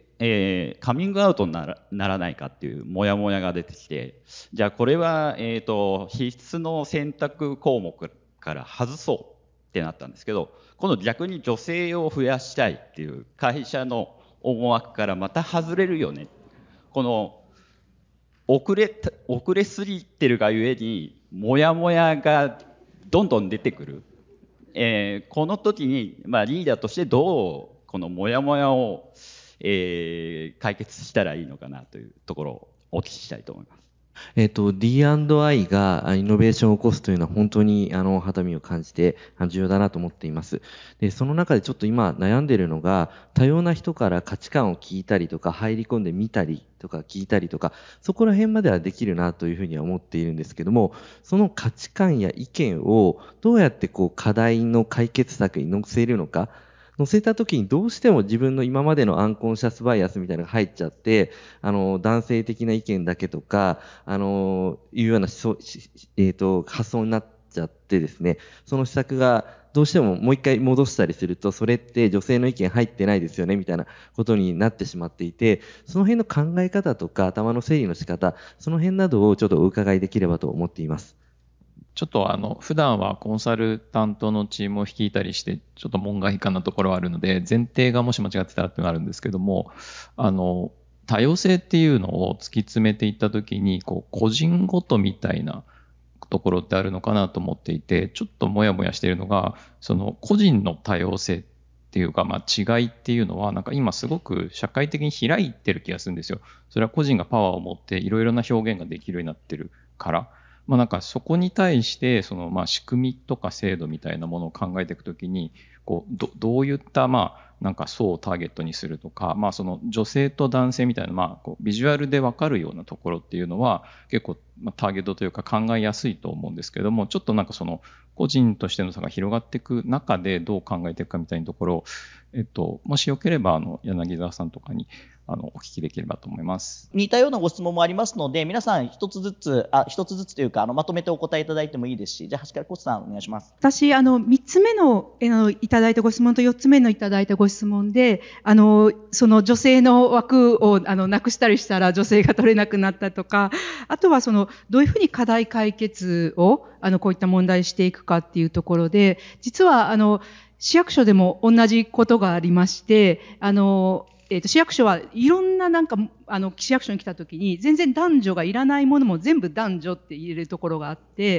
えー、カミングアウトになら、ならないかっていうモヤモヤが出てきて、じゃあこれは、えっと、必須の選択項目から外そうってなったんですけど、今度逆に女性を増やしたいっていう会社の思惑からまた外れるよね。この遅れ遅れすぎてるがゆえにモヤモヤがどんどん出てくる、えー、この時に、まあ、リーダーとしてどうこのモヤモヤを、えー、解決したらいいのかなというところをお聞きしたいと思います。 えっと、ディーアンドアイ がイノベーションを起こすというのは本当にあの肌身を感じて重要だなと思っています。で、その中でちょっと今悩んでいるのが、多様な人から価値観を聞いたりとか入り込んでみたりとか聞いたりとか、そこら辺まではできるなというふうには思っているんですけども、その価値観や意見をどうやってこう課題の解決策に乗せるのか、乗せた時にどうしても自分の今までのアンコンシャスバイアスみたいなのが入っちゃって、あの、男性的な意見だけとか、あの、いうような、えっと、発想になっちゃってですね、その施策がどうしてももう一回戻したりすると、それって女性の意見入ってないですよね、みたいなことになってしまっていて、その辺の考え方とか頭の整理の仕方、その辺などをちょっとお伺いできればと思っています。 ちょっとあの、普段はコンサルタントのチームを率いたりして、ちょっと門外漢なところはあるので、前提がもし間違ってたらっていうのがあるんですけども、あの、多様性っていうのを突き詰めていったときに、こう、個人ごとみたいなところってあるのかなと思っていて、ちょっともやもやしているのが、その個人の多様性っていうか、まあ違いっていうのは、なんか今すごく社会的に開いてる気がするんですよ。それは個人がパワーを持っていろいろな表現ができるようになってるから。まあなんかそこに対して、そのまあ仕組みとか制度みたいなものを考えていくときに、こう、ど、どういったまあ、なんか層をターゲットにするとか、まあその女性と男性みたいな、まあこうビジュアルでわかるようなところっていうのは結構ターゲットというか考えやすいと思うんですけれども、ちょっとなんかその個人としての差が広がっていく中でどう考えていくかみたいなところを、えっと、もしよければあの柳沢さんとかにあのお聞きできればと思います。 似たようなご質問もありますので、皆さん一つずつ、あ、一つずつというか、あの、まとめてお答えいただいてもいいですし、じゃあ、橋からコツさんお願いします。 私、あの、三つ目の、あの、いただいたご質問と四つ目のいただいたご質問で、あの、その女性の枠を、あの、なくしたりしたら女性が取れなくなったとか、あとはその、どういうふうに課題解決を、あの、こういった問題していくかっていうところで、実は、あの、市役所でも同じことがありまして、あの、えっと、市役所はいろんななんか、あの、市役所に来た時に、全然男女がいらないものも全部男女って言えるところがあって、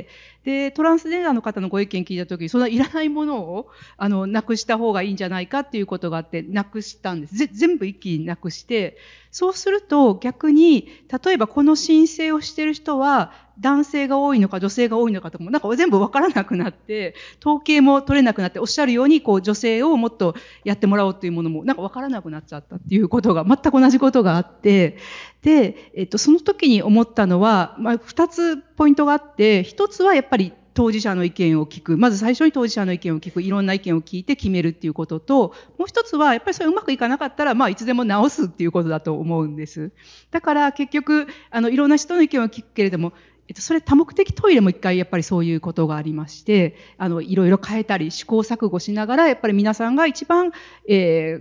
で、トランスジェンダーの方のご意見聞いた時に、そのいらないものを、あの、なくした方がいいんじゃないかっていうことがあって、なくしたんです。ぜ全部一気になくして、そうすると逆に、例えばこの申請をしている人は、男性が多いのか女性が多いのかとかも、なんか全部わからなくなって、統計も取れなくなって、おっしゃるように、こう、女性をもっとやってもらおうというものも、なんかわからなくなっちゃったっていうことが、全く同じことがあって、で、えっと、その時に思ったのは、まあ、二つポイントがあって、一つはやっぱり当事者の意見を聞く。まず最初に当事者の意見を聞く。いろんな意見を聞いて決めるっていうことと、もう一つは、やっぱりそれうまくいかなかったら、まあ、いつでも直すっていうことだと思うんです。だから結局、あの、いろんな人の意見を聞くけれども、えっと、それ多目的トイレも一回やっぱりそういうことがありまして、あの、いろいろ変えたり試行錯誤しながら、やっぱり皆さんが一番、えー、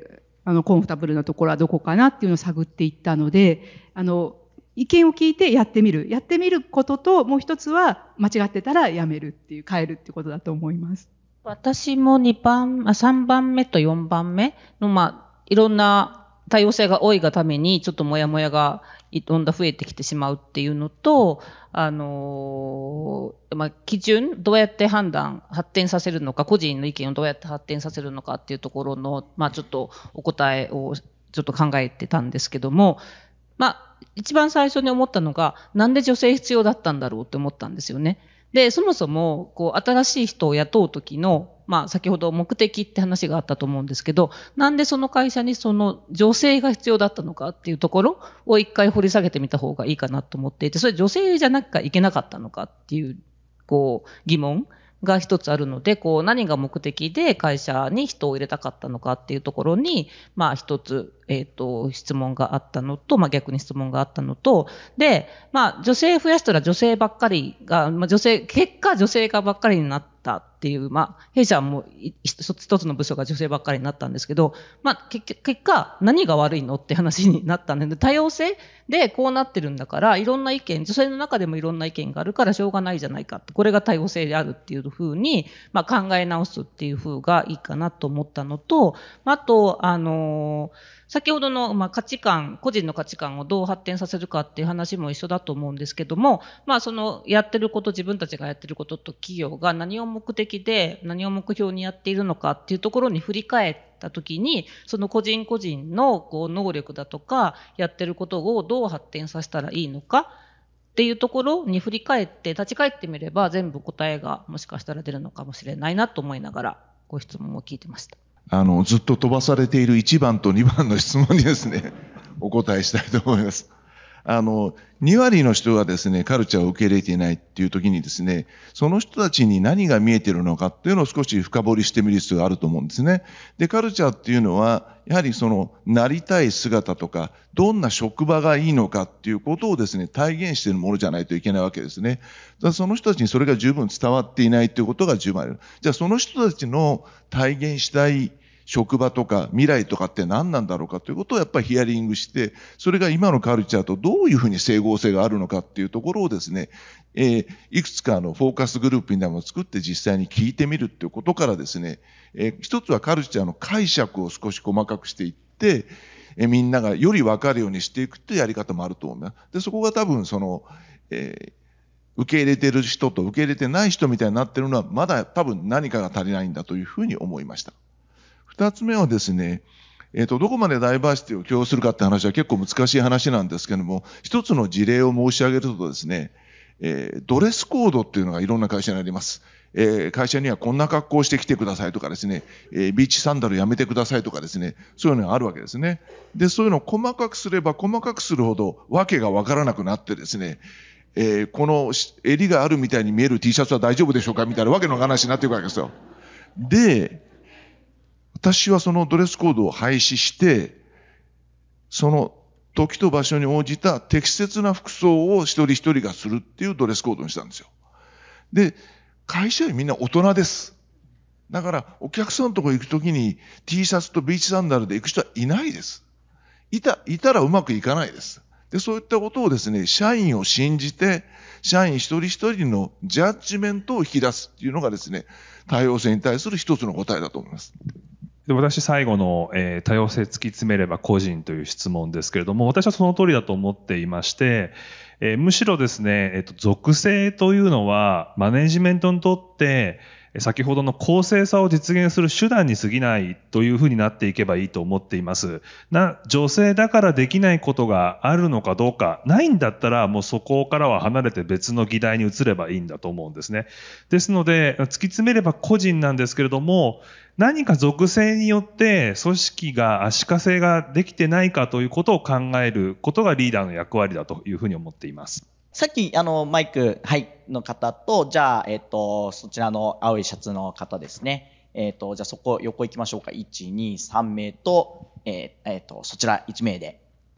あの、コンフォタブルなところはどこかなっていうのを探っていったので、あの、意見を聞いてやってみる。やってみることと、もう一つは間違ってたらやめるっていう、変えるっていうことだと思います。 私もにばん、あ、さんばんめとよんばんめの、まあ、いろんな多様性が多いがために、ちょっともやもやがどんどん増えてきてしまうっていうのと、あのー、まあ、基準、どうやって判断、発展させるのか、個人の意見をどうやって発展させるのかっていうところの、まあ、ちょっとお答えをちょっと考えてたんですけども、まあ、一番最初に思ったのが、なんで女性必要だったんだろうって思ったんですよね。で、そもそも、こう、新しい人を雇うときの、まあ、先ほど目的って話があったと思うんですけど、なんでその会社にその女性が必要だったのかっていうところを一回掘り下げてみた方がいいかなと思っていて、それ女性じゃなきゃいけなかったのかっていう、こう、疑問が一つあるので、こう、何が目的で会社に人を入れたかったのかっていうところに、まあ、一つ、えっと、質問があったのと、まあ、逆に質問があったのと、で、まあ、女性増やしたら女性ばっかりが、まあ、女性、結果女性がばっかりになったっていう、まあ、弊社も一つの部署が女性ばっかりになったんですけど、まあ、結果、何が悪いのって話になったんで、多様性でこうなってるんだから、いろんな意見、女性の中でもいろんな意見があるからしょうがないじゃないかって、これが多様性であるっていうふうに、まあ、考え直すっていうふうがいいかなと思ったのと、あと、あのー、先ほどの、まあ、価値観、個人の価値観をどう発展させるかっていう話も一緒だと思うんですけども、まあ、その、やってること、自分たちがやってることと企業が何を目的で、何を目標にやっているのかっていうところに振り返ったときに、その個人個人の、こう、能力だとか、やってることをどう発展させたらいいのか、っていうところに振り返って、立ち返ってみれば、全部答えがもしかしたら出るのかもしれないなと思いながら、ご質問を聞いてました。 あの、ずっと飛ばされているいちばんとにばんの質問にですね、お答えしたいと思います。あの、に割の人がですね、カルチャーを受け入れていないっていう時にですね、その人たちに何が見えているのかっていうのを少し深掘りしてみる必要があると思うんですね。で、カルチャーっていうのは、やはりその、なりたい姿とか、どんな職場がいいのかっていうことをですね、体現しているものじゃないといけないわけですね。だからその人たちにそれが十分伝わっていないということが十分ある。じゃあその人たちの体現したい職場とか未来とかって何なんだろうかということをやっぱりヒアリングして、それが今のカルチャーとどういうふうに整合性があるのかっていうところをですね、えー、いくつかのフォーカスグループみたいなのを作って実際に聞いてみるっていうことからですね、えー、一つはカルチャーの解釈を少し細かくしていって、えー、みんながより分かるようにしていくっていうやり方もあると思います。で、そこが多分その、えー受け入れてる人と受け入れてない人みたいになってるのは、まだ多分何かが足りないんだというふうに思いました。二つ目はですね、えっと、どこまでダイバーシティを許容するかって話は結構難しい話なんですけども、一つの事例を申し上げるとですね、えー、ドレスコードっていうのがいろんな会社にあります。えー、会社にはこんな格好をしてきてくださいとかですね、えー、ビーチサンダルやめてくださいとかですね、そういうのがあるわけですね。で、そういうのを細かくすれば細かくするほど訳がわからなくなってですね、えー、この襟があるみたいに見える T シャツは大丈夫でしょうかみたいなわけの話になっていくわけですよ。で、私はそのドレスコードを廃止して、その時と場所に応じた適切な服装を一人一人がするっていうドレスコードにしたんですよ。で、会社員みんな大人です。だからお客さんのとこ行くときに T シャツとビーチサンダルで行く人はいないです。いた、いたらうまくいかないです。で、そういったことをですね、社員を信じて、社員一人一人のジャッジメントを引き出すっていうのがですね、多様性に対する一つの答えだと思います。 で私最後の、えー、多様性突き詰めれば個人という質問ですけれども、私はその通りだと思っていまして、えー、むしろですね、えっと、属性というのはマネジメントにとって先ほどの公正さを実現する手段に過ぎないというふうになっていけばいいと思っています。な、女性だからできないことがあるのかどうか、ないんだったらもうそこからは離れて別の議題に移ればいいんだと思うんですね。ですので、突き詰めれば個人なんですけれども、何か属性によって組織が足かせができてないかということを考えることがリーダーの役割だというふうに思っています。 さっき、あの、マイク、はい、の方と、じゃあ、えっと、そちらの青いシャツの方ですね。えっと、じゃあそこ、横行きましょうか。いち、に、さん名と、えー、えっと、そちらいち名で。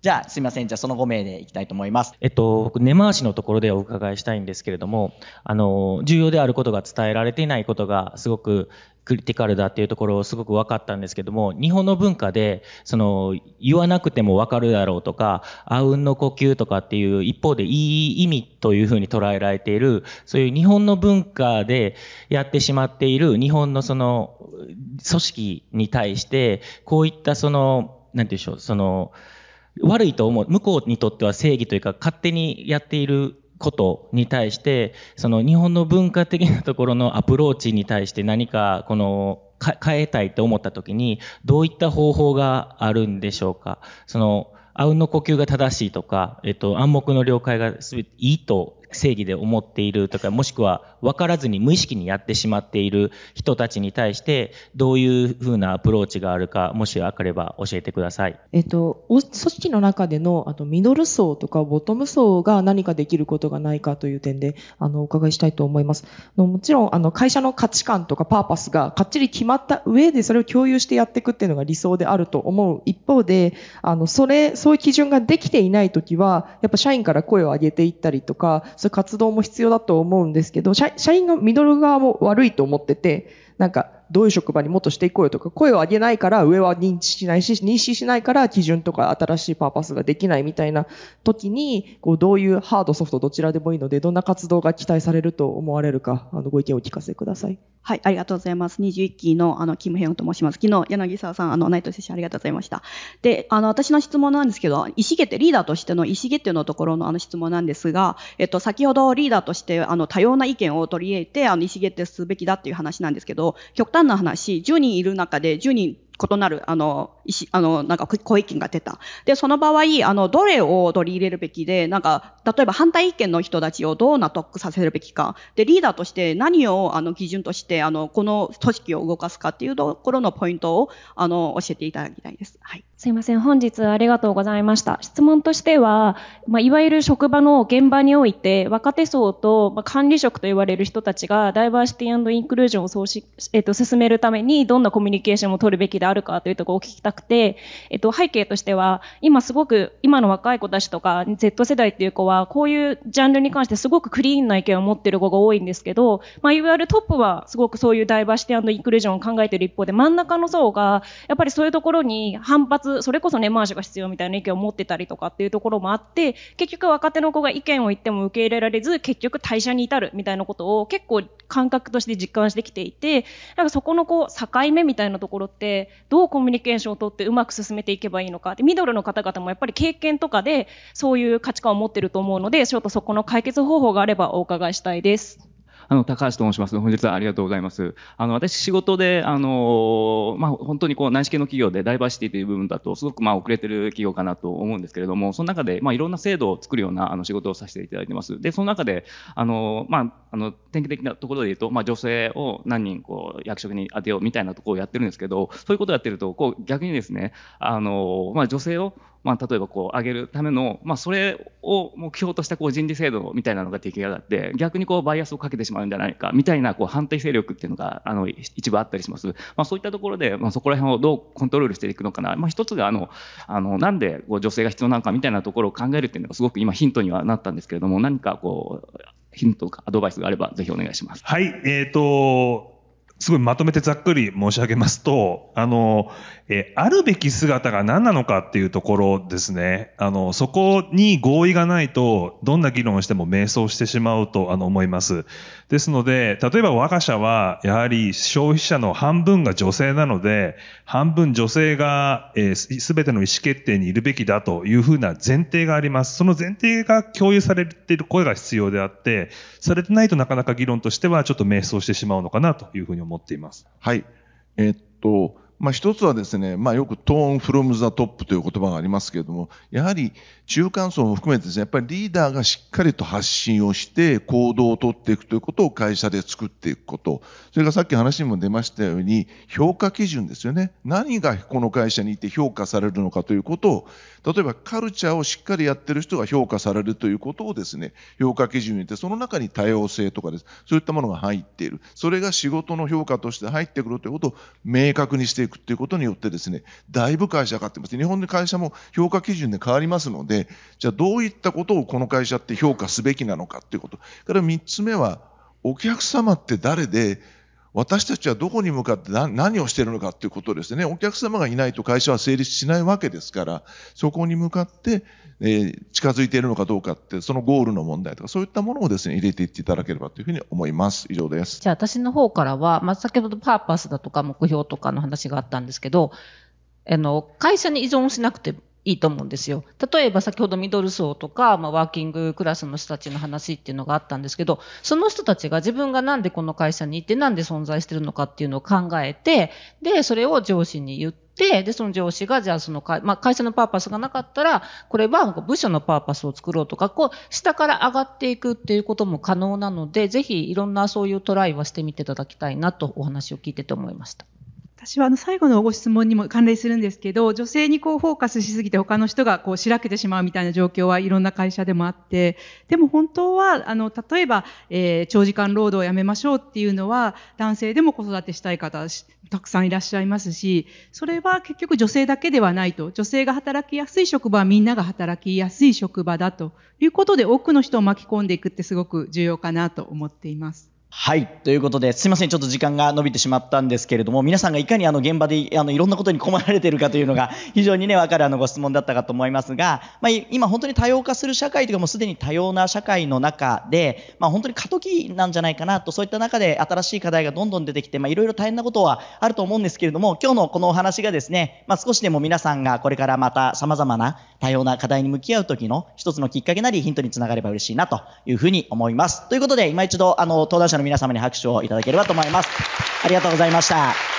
じゃあ、すいません。じゃあ、そのご名でいきたいと思います。 えっと、僕、根回しのところでお伺いしたいんですけれども、あの、重要であることが伝えられていないことがすごくクリティカルだっていうところをすごく分かったんですけども、日本の文化で、その、言わなくても分かるだろうとか、あうんの呼吸とかっていう一方でいい意味というふうに捉えられている、そういう日本の文化でやってしまっている日本のその、組織に対して、こういったその、なんていうんでしょう、その、悪いと思う、向こうにとっては正義というか、勝手にやっていることに対して、その日本の文化的なところのアプローチに対して何か、この、変えたいと思ったときに、どういった方法があるんでしょうか。その、あうんの呼吸が正しいとか、えっと、暗黙の了解がすべていいと正義で思っているとか、もしくは分からずに無意識にやってしまっている人たちに対して、どういうふうなアプローチがあるか、もしあれば教えてください。 えっと、組織の中での、あと、ミドル層とかボトム層が何かできることがないかという点で、あの、お伺いしたいと思います。もちろん、あの、会社の価値観とかパーパスがかっちり決まった上で、それを共有してやっていくっていうのが理想であると思う一方で、あの、それ、そういう基準ができていないときは、やっぱ社員から声を上げていったりとか、そういう活動も必要だと思うんですけど、社、社員がミドル側も悪いと思ってて、なんか、どういう職場にもっとしていこうよとか、声を上げないから上は認知しないし、認識しないから基準とか新しいパーパスができないみたいな時に、こう、どういうハードソフトどちらでもいいので、どんな活動が期待されると思われるか、あの、ご意見をお聞かせください。 はい、ありがとうございます。にじゅういっきの、あの、キムヘヨンと申します。昨日、柳沢さん、あの、ナイトセッションありがとうございました。で、あの、私の質問なんですけど、意思決定、リーダーとしての意思決定のところのあの質問なんですが、えっと、先ほどリーダーとして、あの、多様な意見を取り入れて、あの、意思決定すべきだっていう話なんですけど、極端な話、じゅうにんいる中でじゅうにん異なる、あの、意思、あの、なんか、ご意見が出た。で、その場合、あの、どれを取り入れるべきで、なんか、例えば反対意見の人たちをどう納得させるべきか。で、リーダーとして何を、あの、基準として、あの、この組織を動かすかっていうところのポイントを、あの、教えていただきたいです。はい。 すいません。本日ありがとうございました。質問としては、まあ、いわゆる職場の現場において、若手層と、まあ、管理職と言われる人たちが、ダイバーシティ&インクルージョンをそうし、えっと、進めるために、どんなコミュニケーションを取るべきであるかというところを聞きたくて、えっと、背景としては、今すごく、今の若い子たちとか、Z 世代っていう子は、こういうジャンルに関してすごくクリーンな意見を持っている子が多いんですけど、まあ、いわゆるトップは、すごくそういうダイバーシティ&インクルージョンを考えている一方で、真ん中の層が、やっぱりそういうところに反発、それこそ根回しが必要みたいな意見を持ってたりとかっていうところもあって、結局若手の子が意見を言っても受け入れられず、結局退社に至るみたいなことを結構感覚として実感してきていて、なんかそこのこう境目みたいなところって、どうコミュニケーションをとってうまく進めていけばいいのか。で、ミドルの方々もやっぱり経験とかでそういう価値観を持っていると思うので、ちょっとそこの解決方法があればお伺いしたいです。 あの、高橋と申します。本日はありがとうございます。あの、私仕事で、あの、まあ、本当にこう、内資系の企業でダイバーシティという部分だと、すごくまあ、遅れてる企業かなと思うんですけれども、その中で、まあ、いろんな制度を作るような、あの、仕事をさせていただいてます。で、その中で、あの、まあ、あの、典型的なところで言うと、まあ、女性を何人、こう、役職に当てようみたいなところをやってるんですけど、そういうことをやってると、こう、逆にですね、あの、まあ、女性を、まあ、例えばこう、上げるための、まあ、それを目標としたこう、人事制度みたいなのが出来上がって、逆にこう、バイアスをかけてしまうんじゃないか、みたいな、こう、反対勢力っていうのが、あの、一部あったりします。まあ、そういったところで、まあ、そこら辺をどうコントロールしていくのかな。まあ、一つが、あの、あの、なんで、こう、女性が必要なのかみたいなところを考えるっていうのが、すごく今ヒントにはなったんですけれども、何かこう、ヒントとかアドバイスがあれば、ぜひお願いします。 はい、えっと、すごいまとめてざっくり申し上げますと、あの、えー、あるべき姿が何なのかっていうところですね。あの、そこに合意がないと、どんな議論をしても迷走してしまうと、あの、思います。ですので、例えば我が社は、やはり消費者の半分が女性なので、半分女性が、えー、すべての意思決定にいるべきだというふうな前提があります。その前提が共有されている声が必要であって、されてないとなかなか議論としてはちょっと迷走してしまうのかなというふうに思っています。 はい。えー、っと、まあ、一つはですね、まあ、よくトーンフロムザトップという言葉がありますけれども、やはり中間層も含めてですね、やっぱりリーダーがしっかりと発信をして行動をとっていくということを会社で作っていくこと。それからさっき話にも出ましたように、評価基準ですよね。何がこの会社にいて評価されるのかということを、例えばカルチャーをしっかりやってる人が評価されるということをですね、評価基準に入れて、その中に多様性とかです。そういったものが入っている。それが仕事の評価として入ってくるということを明確にしていくくっていうことによってですね、だいぶ会社が変わってます。日本の会社も評価基準で変わりますので、じゃあどういったことをこの会社って評価すべきなのかっていうこと。からみっつめは、お客様って誰で、私たちはどこに向かって何をしているのかということですね。お客様がいないと会社は成立しないわけですから、そこに向かって、えー、近づいているのかどうかって、そのゴールの問題とか、そういったものをですね、入れていっていただければというふうに思います。以上です。 じゃあ私の方からは、まあ、先ほどパーパスだとか目標とかの話があったんですけど、あの、会社に依存しなくていいと思うんですよ。例えば先ほどミドル層とか、まあ、ワーキングクラスの人たちの話っていうのがあったんですけど、その人たちが自分がなんでこの会社にいてなんで存在してるのかっていうのを考えて、で、それを上司に言って、で、その上司がじゃあその会、まあ、会社のパーパスがなかったら、これは部署のパーパスを作ろうとか、こう、下から上がっていくっていうことも可能なので、ぜひいろんなそういうトライはしてみていただきたいなとお話を聞いてて思いました。 私はあの最後のご質問にも関連するんですけど、女性にこうフォーカスしすぎて他の人がこうしらけてしまうみたいな状況はいろんな会社でもあって、でも本当はあの例えば、えー、長時間労働をやめましょうっていうのは男性でも子育てしたい方たくさんいらっしゃいますし、それは結局女性だけではないと、女性が働きやすい職場はみんなが働きやすい職場だということで多くの人を巻き込んでいくってすごく重要かなと思っています。 はい。ということで、すいません。ちょっと時間が伸びてしまったんですけれども、皆さんがいかにあの現場であのいろんなことに困られているかというのが非常にね、わかるあのご質問だったかと思いますが、まあ今本当に多様化する社会というかもうすでに多様な社会の中で、まあ本当に過渡期なんじゃないかなと、そういった中で新しい課題がどんどん出てきて、まあいろいろ大変なことはあると思うんですけれども、今日のこのお話がですね、まあ少しでも皆さんがこれからまた様々な多様な課題に向き合う時の一つのきっかけなりヒントにつながれば嬉しいなというふうに思います。ということで、今一度あの登壇者の皆様に拍手をいただければと思います。ありがとうございました。